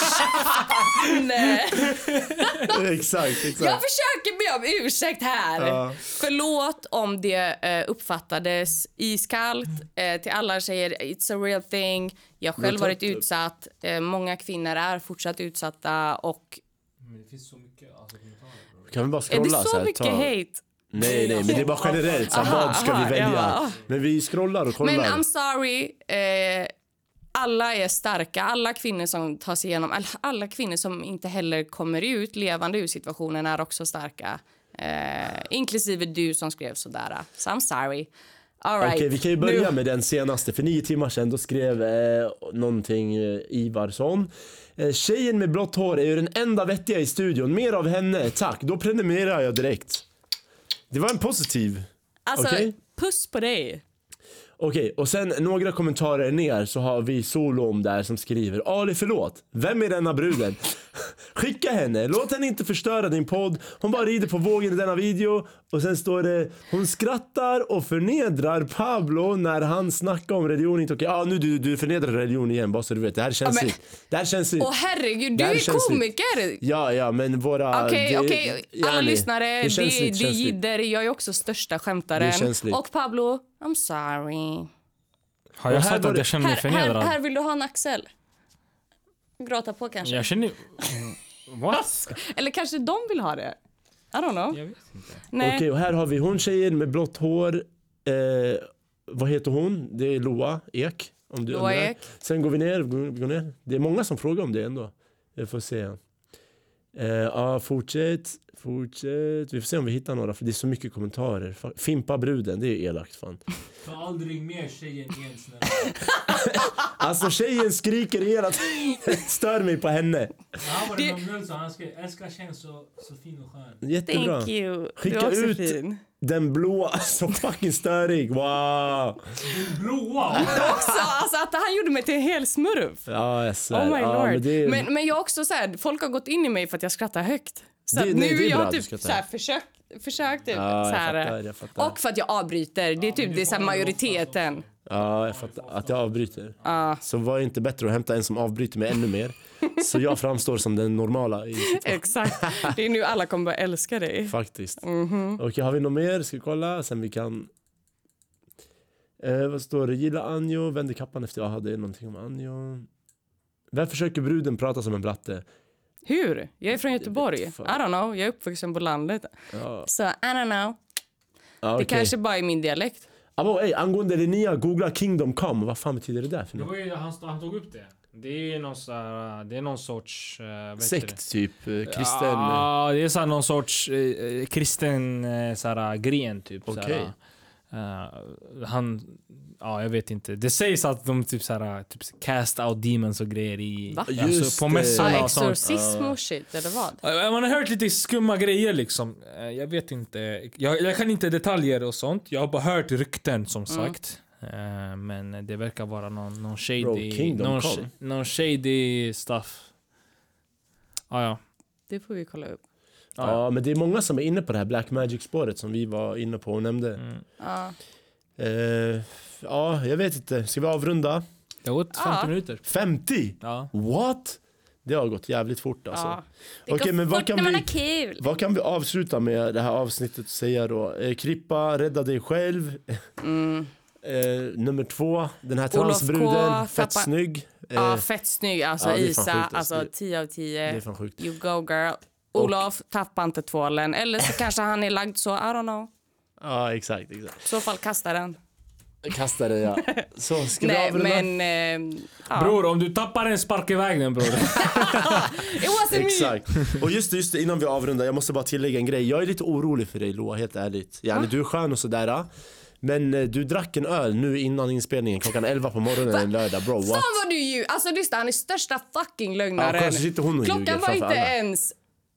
Nej. Exakt, exakt. Jag försöker be om ursäkt här. Ja. Förlåt om det eh, uppfattades iskallt. Eh, till alla tjejer, it's a real thing. Jag har själv Men ta- varit utsatt. Eh, många kvinnor är fortsatt utsatta. Och Men det finns så mycket alltså, kommentarer. Kan vi bara är scrolla det så, så här, mycket ta- hate? Nej, nej, men det är bara generellt. Så här, Aha, vad ska aha, vi välja? jag bara, Men vi scrollar och kollar. Men I'm sorry. Eh, alla är starka. Alla kvinnor som tar sig igenom... all- Alla kvinnor som inte heller kommer ut levande ur situationen är också starka. Eh, inklusive du som skrev sådär. So I'm sorry. All right. Okej, vi kan ju börja Nu- med den senaste. För nio timmar sedan då skrev eh, någonting eh, Ivarsson. Eh, tjejen med blått hår är ju den enda vettiga i studion. Mer av henne, tack. Då prenumererar jag direkt. Det var en positiv. Alltså, Okej. puss på dig. Okej, och sen några kommentarer ner så har vi Solom där som skriver: Ali, förlåt, vem är denna bruden? Skicka henne, låt henne inte förstöra din podd. Hon bara rider på vågen i denna video. Och sen står det: hon skrattar och förnedrar Pablo när han snackar om religion. Inte okej, ja nu du, du förnedrar religion igen, bara så du vet. Det här känns Ja, men- likt. Det här känns likt. Åh herregud, du Det här är känns komiker. Ja, ja, men våra... Okej, det- okej. Alla yani, lyssnare, det, det, känns likt, det är känns likt. jidder. Jag är också största skämtaren. Det känns likt. Och Pablo, I'm sorry. Har jag Och här sagt var att det- jag känner mig Här, här, förnedrad? här vill du ha en axel. Gråta på kanske. Jag känner... What? Eller kanske de vill ha det. I don't know. Jag vet inte. Nej. Okej, och här har vi hon tjejen med blått hår. Eh, vad heter hon? Det är Loa Ek. Om du Loa undrar. Ek. Sen går vi ner, går, går ner. Det är många som frågar om det ändå. Jag får se. Eh, ja, fortsätt. Fortsätt. Vi får se om vi hittar några. För det är så mycket kommentarer. Fa- Fimpa bruden, det är elakt fan. Ta aldrig mer tjejen igen snälla. Alltså tjejen skriker hela tiden. Stör mig på henne. Han var det någon mjöl så han skrev älskar tjejen så, så fin och skön. Jättebra. Thank you. Skicka Du är också ut fin. den blåa, så fucking störig. Wow. Blåa! Också, alltså att han gjorde mig till en hel smurf. Ja, jag svär. Oh my ja, lord. men, det är... men, men jag också så här, folk har gått in i mig för att jag skrattar högt. Så Det- att nej, nu det är jag bra har att du typ skrattar. så här försökt, försökt typ, Ja, så jag här, fattar, jag fattar. och för att jag avbryter. Det är typ det är så här majoriteten. Ja, jag fattar. Att jag avbryter. Så var det inte bättre att hämta en som avbryter mig ännu mer. Så jag framstår som den normala i Exakt. Det är nu alla kommer börja älska dig. faktiskt. Mhm. Okej, har vi något mer? Ska vi kolla? Sen vi kan... Eh, vad står det? Gilla Anjo, vände kappan efter jag hade någonting om Anjo. Vem försöker bruden prata som en blatte? Hur? Jag är från Göteborg. I fan. don't know. Jag är uppvuxen på landet. Ja, Så I don't know. ja, Det okej. kanske bara är min dialekt. Abo, ey, angående det nya, googla Kingdom Come. Vad fan betyder det där för Det något? var ju, han, han tog upp det. Det är någon, så här, det är någon sorts... Uh, Sekt typ, eh, kristen. Ja, det är så här någon sorts eh, kristen eh, så här, gren typ. Så Okej. här, eh, han... Ja, jag vet inte. Det sägs att de typ så här, typ cast out demons och grejer i... Va? Alltså, Just på det. mässorna Ah, och sånt. exorcism och shit, eller vad? Ja, man har hört lite skumma grejer liksom. Eh, Jag vet inte. Jag, jag kan inte detaljer och sånt. Jag har bara hört rykten som sagt. Eh, men det verkar vara någon, någon shady... Bro, Kingdom någon, Come. sh- någon shady stuff. Ah, ja. Det får vi kolla upp. Ja, men det är många som är inne på det här Black Magic-spåret som vi var inne på och nämnde. Mm. Ja. Eh, ja, jag vet inte. Ska vi avrunda? Det har gått femtio Ja. minuter. femtio? Ja. What? Det har gått jävligt fort alltså. Ja. Det Okej, går men vad fort kan när man vi- har kul. Vad kan vi avsluta med det här avsnittet och säga då? Eh, Krippa, rädda dig själv. Mm. Eh, nummer två, den här Olof transbruden, K, fett tappa- snygg. Eh, Ja, fett snygg. Alltså ja, det är fan Isa, sjukt, alltså. alltså Det- tio av det tio. är fan sjukt. You go girl. Olof, tappa inte tvålen. Eller så kanske han är lagd så, I don't know. Ja, exakt, exakt. I så fall kasta den. Kasta det, ja. Så, ska vi Nej, avrunda? men... Eh, ja. Bror, om du tappar en, spark iväg den bror. It wasn't me. Exakt. Och just det, just det, innan vi avrundar, jag måste bara tillägga en grej. Jag är lite orolig för dig, Loa, helt ärligt. Yani, du är skön och sådär. Men eh, du drack en öl nu innan inspelningen klockan elva på morgonen en lördag, bro. What? Fan vad du ljuger. Alltså lyssna, han är största fucking Ja, lögnaren. kanske sitter hon och ljuger Klockan var framför inte alla. ens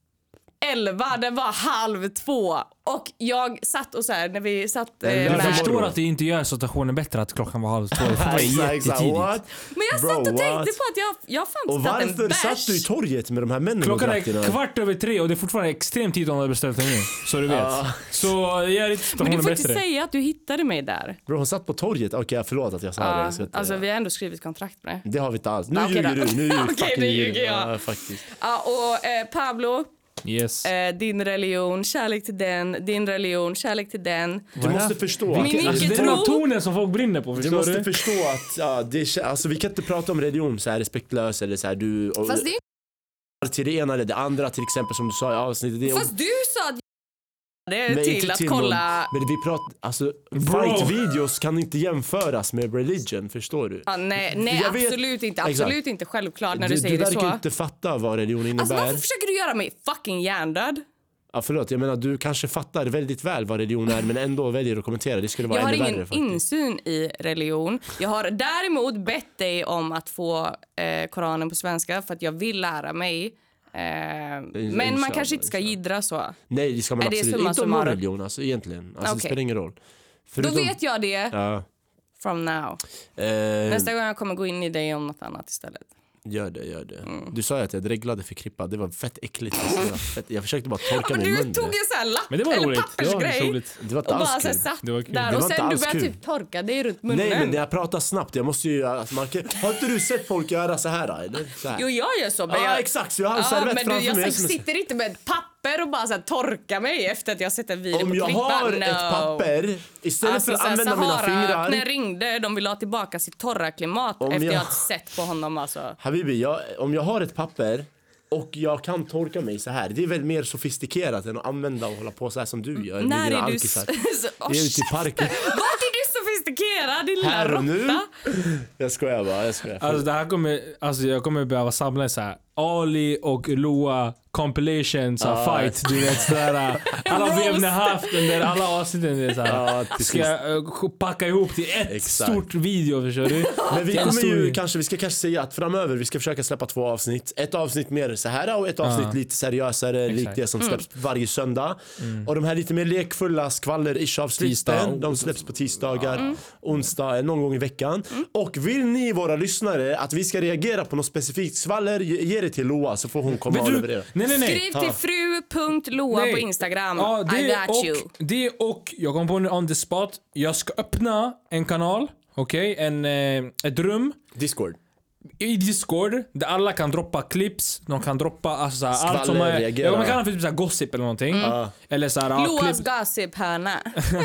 elva, det var halv två. Och jag satt och så här, när vi satt eh, Men Jag Nej. med... förstår att det inte gör situationen bättre att klockan var halv två. Det var Exakt, exakt. jättetidigt. What? Men jag Bro, satt och tänkte what? på att jag, jag har fan Och tagit en varför bärs. satt du i torget med de här männen Klockan och drack din är öl? kvart över tre och det är fortfarande extremt tid om du har beställt en ny. Så du vet. Ja. Så jag är inte Men situationen du får inte bättre. säga att du hittade mig där. Bro, hon satt på torget. Okej, förlåt att jag sa det. Ja, Jag ska inte- alltså vi har ändå skrivit kontrakt med det. Det har vi inte alls. Nu Okej ljuger då. du. Nu ljuger Okej, fucking nu ljuger ljuger du. jag. Ja, faktiskt. Ja, och eh, Pablo, Yes. eh, din religion, kärlek till den, din religion, kärlek till den. Du måste förstå. Min att- Alltså, det är tro- den tonen som folk brinner på, Du förstår måste du? förstå att ja, det är, alltså, vi kan inte prata om religion så här respektlös eller så här du och, Fast, det, till det ena eller det andra till exempel som du sa i avsnittet. Det är, fast du sa att det men till inte att till kolla... Någon, men vi pratar alltså Bro. fight-videos kan inte jämföras med religion, förstår du? Ja, nej, nej Jag vet- absolut inte. Exakt. Absolut inte självklart när du, du säger du det verkar så. inte fatta vad religion innebär. Alltså varför försöker du göra mig fucking hjärndöd? Ja, förlåt, jag menar du kanske fattar väldigt väl vad religion är men ändå väljer att kommentera. Det skulle vara Jag har ännu ingen värre faktiskt. insyn i religion. Jag har däremot bett dig om att få eh, Koranen på svenska för att jag vill lära mig. Eh, men man inshallah, kanske inte ska inshallah. jiddra så. Nej, det ska man Är det absolut summa inte om någon summarum? religion alltså, egentligen. Alltså, det Okej. spelar ingen roll. Då Förutom, vet jag det Ja, from now. eh, Nästa gång jag kommer gå in i dig om något annat istället. Gör det, gör det. Mm. Du sa ju att jag dreglade för Krippa. Det var fett äckligt. Alltså, det var fett. Jag försökte bara torka Men mig i du munnen. tog en sån här lapp Men det var eller roligt. Det var pappersgrej roligt. Det var och inte bara alls så här kul. satt Det var kul. där Det och var sen inte du alls började kul. typ torka dig runt munnen. Nej, men när jag pratar snabbt, jag måste ju... Alltså, man kan, har inte du sett folk göra så här? Eller? Så här. Jo, jag gör så. Men Ja, jag, exakt. Så jag har en ja, servett men du, framför jag mig. jag som är- sitter inte med ett papper och bara så här torkar mig efter att jag sett en video Om på jag Klippa. har No. ett papper, istället Alltså, för så att här, använda mina Sahara, när fingrar... ringde, de vill ha tillbaka sitt torra klimat Om efter jag- jag har sett på honom alltså. Habibi, jag, om jag har ett papper och jag kan torka mig så här, det är väl mer sofistikerat än att använda och hålla på så här som du gör med När dina är du... alkisar. så, oh, Vi är ute i parken. Vart är du sofistikerad, din lilla Här och nu? råtta? Jag skojar bara, jag skojar. Alltså det här kommer, alltså jag kommer behöva samla så här Ali och Loa compilation så Ah. fight, du vet sådär. Alla vi har haft under alla avsnitten, det är såhär. Ja, Ska uh, packa ihop till ett Exakt. stort video, förstår du? Men vi Till en kommer stor- ju kanske, vi ska kanske säga att framöver vi ska försöka släppa två avsnitt. Ett avsnitt mer så här och ett avsnitt Ja. lite seriösare, likt Exakt. det som släpps varje söndag. Mm. Och de här lite mer lekfulla skvaller-ish avsnitten, Tisdag. de släpps på tisdagar, onsdag, någon gång i veckan. Och vill ni, våra lyssnare, att vi ska reagera på något specifikt skvaller, ge ge det till Loa så får hon komma Vet och du- leverera. Nej, nej, nej. Skriv till fru punkt loa Nej. på Instagram. Ja, det I got och, you. det och jag kom på nu on the spot. Jag ska öppna en kanal, okej, en eh, ett rum Discord. i Discord där alla kan droppa clips, de kan droppa alltså såhär, Skvaller, allt som är, reagera. ja, man kan ha för typ såhär gossip eller någonting. Eller såhär ja, Loas klipp. gossip-hörna.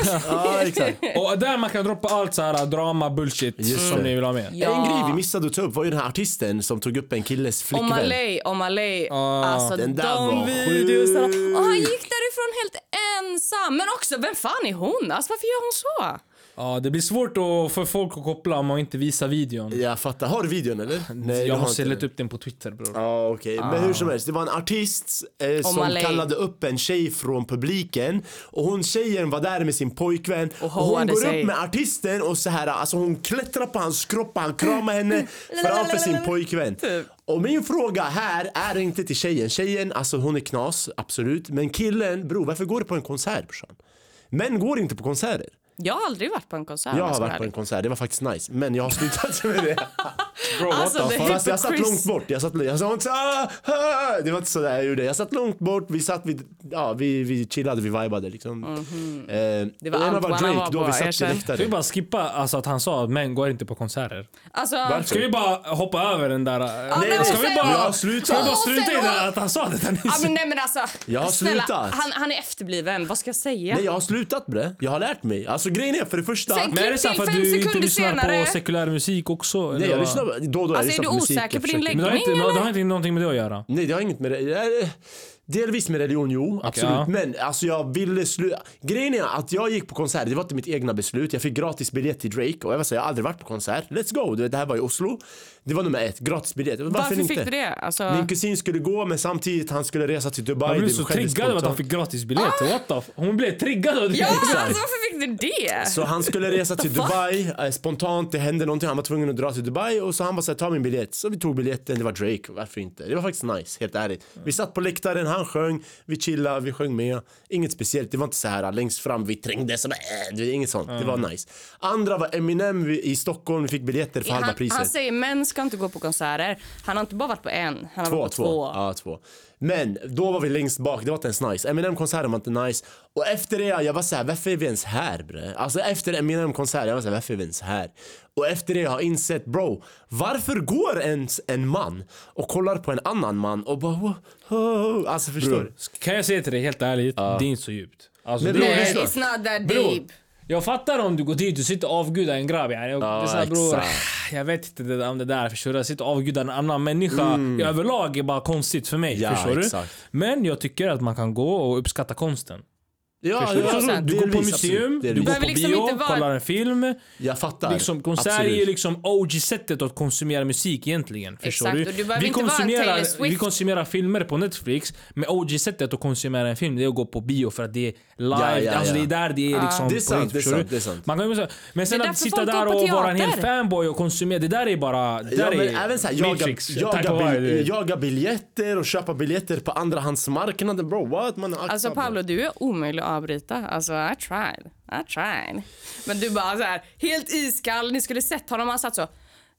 Ja, exakt. Och där man kan droppa allt såhär drama bullshit Just som det. ni vill ha med. Ja. En grej vi missade att ta upp var ju den här artisten som tog upp en killes flickvän. Omalay, Omalay. Ah, alltså den där de var videosarna. sjuk. Och han gick därifrån helt ensam. Men också, vem fan är hon? Alltså varför gör hon så? Ja, det blir svårt att för folk att koppla om man inte visar videon. Jag fattar. Har du videon eller? Nej, jag har måste inte lägga det. upp den på Twitter, bror. Ja, okej. Men hur som helst, det var en artist eh, som Malay. kallade upp en tjej från publiken. Och hon tjejen var där med sin pojkvän. Och, hon hoade går sig. upp med artisten och så här, alltså hon klättrar på hans kropp och han kramar henne framför sin pojkvän. Och min fråga här är inte till tjejen. Tjejen, alltså hon är knas, absolut. Men killen, bro, varför går du på en konsert, brorsan? Män går inte på konserter. Jag har aldrig varit på en konsert. Jag har alltså, varit på en ärligt. konsert, det var faktiskt nice. Men jag har slutat med det. Bro, what Alltså, the det fuck? Fast jag satt Hypocrite. långt bort. Jag satt, jag sa inte så, ah, ah. Det var inte så där jag gjorde. Jag satt långt bort. Vi satt vid, ja, vi, vi chillade, vi vibade liksom. Mhm. eh, Det var och ena allt var vad han Drake var då på, vi satt erkänn. vid Ska vi läktaren. bara skippa alltså, att han sa att män går inte på konserter? Alltså, Ska vi bara hoppa över den där? nej, nej, ska och vi sen- bara, Jag har slutat. ska vi bara Och strunta i sen- det att han sa det? ja, men nej men alltså. Jag har snälla, slutat. han, han är efterbliven, vad ska jag säga? Nej, jag har slutat bre. Jag har lärt mig. Alltså grejen är för det första. Sen- Men är det så här för att Fem du inte sekunder lyssnar senare- på sekulär musik också? Nej, eller jag vad? lyssnar då och då. Jag Alltså, lyssnar är på du musik, osäker jag på din försöker- Men det har inte, Läggning, det har inte någonting med det att göra. Nej, det har inget med det. Eh, Delvis med religion, jo, absolut. ja. Men alltså jag ville sluta. Grejen är att jag gick på konsert, det var inte mitt egna beslut. Jag fick gratis biljett till Drake och jag var så, jag har aldrig varit på konsert. Let's go. Du vet, det här var i Oslo. Det var nummer ett, gratis biljett. Varför, Varför inte? fick du det? Alltså, Min kusin skulle gå men samtidigt han skulle resa till Dubai. Jag blev Det så skedde triggad av att han spontant. fick gratis biljett. What the f- Hon blev triggad av det. ja, alltså varför fick du det? Så han skulle resa till Dubai eh, spontant, det hände någonting, han var tvungen att dra till Dubai och så han bara så här, ta min biljett. Så vi tog biljetten, det var Drake, varför inte? Det var faktiskt nice, helt ärligt. Vi satt på läktaren, han sjöng, vi chillade, vi sjöng med. Inget speciellt, det var inte så här längst fram, vi trängde som äh, det var inget sånt, det var nice. Andra var Eminem vi- i Stockholm, vi fick biljetter för halva Han, priset. han säger män ska inte gå på konserter. Han har inte bara varit på en, han har Två, varit på två. två. Ja, två. Men då var vi längst bak, det var inte ens nice. Eminem-konserten var inte nice. Och efter det, jag var såhär, varför är vi ens här bre? Alltså efter Eminem-konserten, jag var såhär, varför är vi ens här? Och efter det jag har insett, bro, varför går ens en man och kollar på en annan man och bara, oh, oh. Alltså förstår du? Kan jag säga till dig helt ärligt, det är inte så djupt. Alltså, Men det bror, är, Nej, lyssna. it's not that Bror, deep. jag fattar om du går dit och sitter och avgudar en grabb. Yani. Jag, Ja, det är så här, bror, exakt. jag vet inte det där, om det där. Förstår du? Jag sitter och avgudar en annan människa. Överlag är bara konstigt för mig. Mm. Ja, förstår exakt. du? Men jag tycker att man kan gå och uppskatta konsten. Ja, Förstår du? ja, Så du går på delvis, museum, absolut, du delvis. går Behöver på liksom bio, inte vara- kollar en film. Jag fattar. Liksom, konsert är Absolut. ju liksom O G-sättet att konsumera musik egentligen. Förstår Exakt, du? och du behöver vi, inte vara en konsumerar, Taylor Swift. vi konsumerar filmer på Netflix, men O G-sättet att konsumera en film det är att gå på bio för att det är live. Ja, ja, alltså ja. det är där det är liksom Det är sant, point, det är förstår sant, du? det är sant. Man kan ju säga, men sen Det är att därför sitta folk där går på och vara en hel teater. fanboy och konsumera, det där är bara... Det Ja, där men är även såhär, jaga, Matrix, jaga, tack och lov, bil, det är- jaga biljetter och köpa biljetter på andrahandsmarknaden, bro, what? Man är Alltså aktiv. Pablo, du är omöjlig att avbryta. Alltså, I tried. I tried. Men du bara så här, helt iskall. Ni skulle sett honom, han satt så.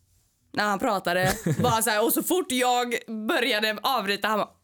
När han pratade, bara så här, och så fort jag började avbryta, han bara...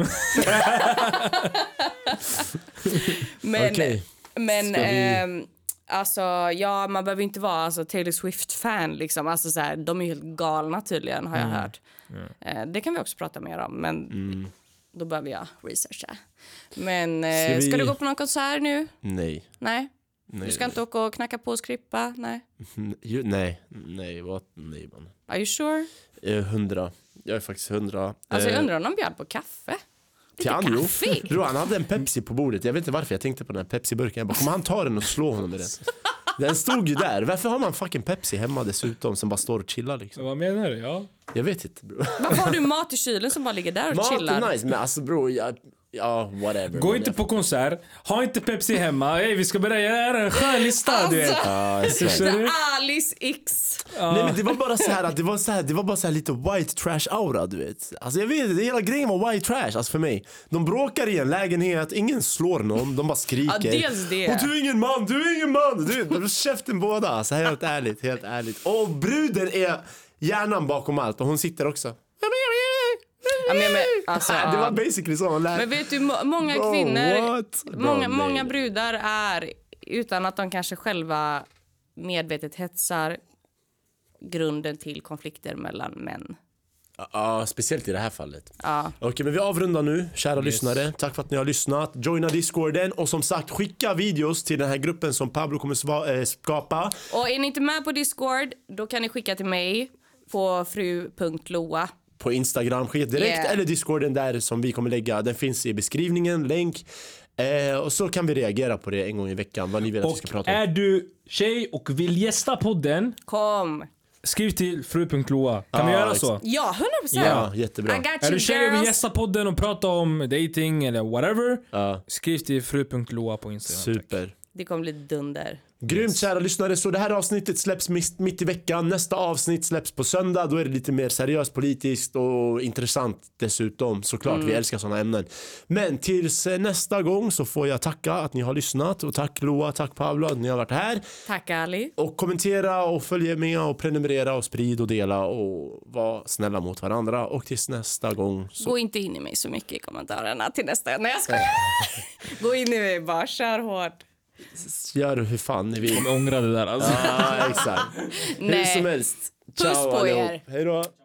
men, Okej. men Ska vi- ehm, alltså, ja, man behöver inte vara alltså, Taylor Swift-fan liksom. Alltså så här, de är helt galna tydligen, har jag Mm. hört. Eh, det kan vi också prata mer om, men då behöver jag researcha. Men eh, Ska ska, vi- du gå på någon konsert nu? Nej. Nej. Nej. Du ska inte åka och knacka på och skrippa? Nej. Mm, ju- Nej, nej, vad? Nej man. Are you sure? Jag är hundra. Jag är faktiskt hundra. Alltså jag Eh, undrar om de bjöd på kaffe? till Lite Anjo. kaffe? Bro, han hade en Pepsi på bordet. Jag vet inte varför jag tänkte på den här Pepsi-burken. Jag bara, kommer han ta den och slå honom med den? Den stod ju där. Varför har man fucking Pepsi hemma dessutom som bara står och chillar liksom? Vad menar du? Ja. Jag vet inte, bro. Varför har du mat i kylen som bara ligger där och Mat chillar? är nice, men alltså bro, jag, ja, whatever. Gå inte på konsert, ha inte Pepsi hemma. Hey, vi ska börja göra en skön lista, du vet. Ja, exakt. Ser du? Alice X. Nej, men det var bara så här att det var så här, det var bara så här lite white trash aura, du vet. Alltså jag vet inte, hela grejen var white trash alltså för mig. De bråkar i en lägenhet, ingen slår någon, de bara skriker. Ja, dels det. Och du är ingen man, du är ingen man. Du, de käften båda, alltså helt ärligt, helt ärligt. Och bruden är hjärnan bakom allt och hon sitter också. Ja, men, men, alltså, Det var basically så man lät. men vet du, må- många Bro, kvinnor, what? Bro, många, nej. många brudar är, utan att de kanske själva medvetet hetsar, grunden till konflikter mellan män. Ja, speciellt i det här fallet. Ja. Okej, men vi avrundar nu, kära lyssnare. Tack för att ni har lyssnat. Joina Discorden och som sagt, skicka videos till den här gruppen som Pablo kommer sva- äh, skapa. Och är ni inte med på Discord, då kan ni skicka till mig på fru punkt loa. På Instagram, skicka direkt Yeah. eller Discorden där som vi kommer lägga. Den finns i beskrivningen, länk. Eh, och så kan vi reagera på det en gång i veckan, vad ni vill att vi ska Och prata om. är du tjej och vill gästa podden, Kom. skriv till fru punkt loa. Kan Ja, vi göra ex- så? Ja, hundra procent. Ja, jättebra. I got Är you, du tjej och vill girls. gästa podden och prata om dating eller whatever, Ja. skriv till fru punkt loa på Instagram. tack. Super. Det kommer bli dunder. Grymt, kära lyssnare. Så det här avsnittet släpps mitt, mitt i veckan. Nästa avsnitt släpps på söndag. Då är det lite mer seriöst politiskt och intressant dessutom. Såklart, Mm. vi älskar sådana ämnen. Men tills eh, nästa gång så får jag tacka att ni har lyssnat. Och tack Loa, tack Pablo att ni har varit här. Tack Ali. Och kommentera och följ med och prenumerera och sprid och dela och var snälla mot varandra. Och tills nästa gång så... Gå inte in i mig så mycket i kommentarerna till nästa. Nej, jag skojar. Gå in i mig, bara kör hårt. Gör hur fan ni vill. Jag ångrar det där alltså. Ja, exakt. Hur Nej. som helst. Puss Ciao, på allihop. er. Hej då.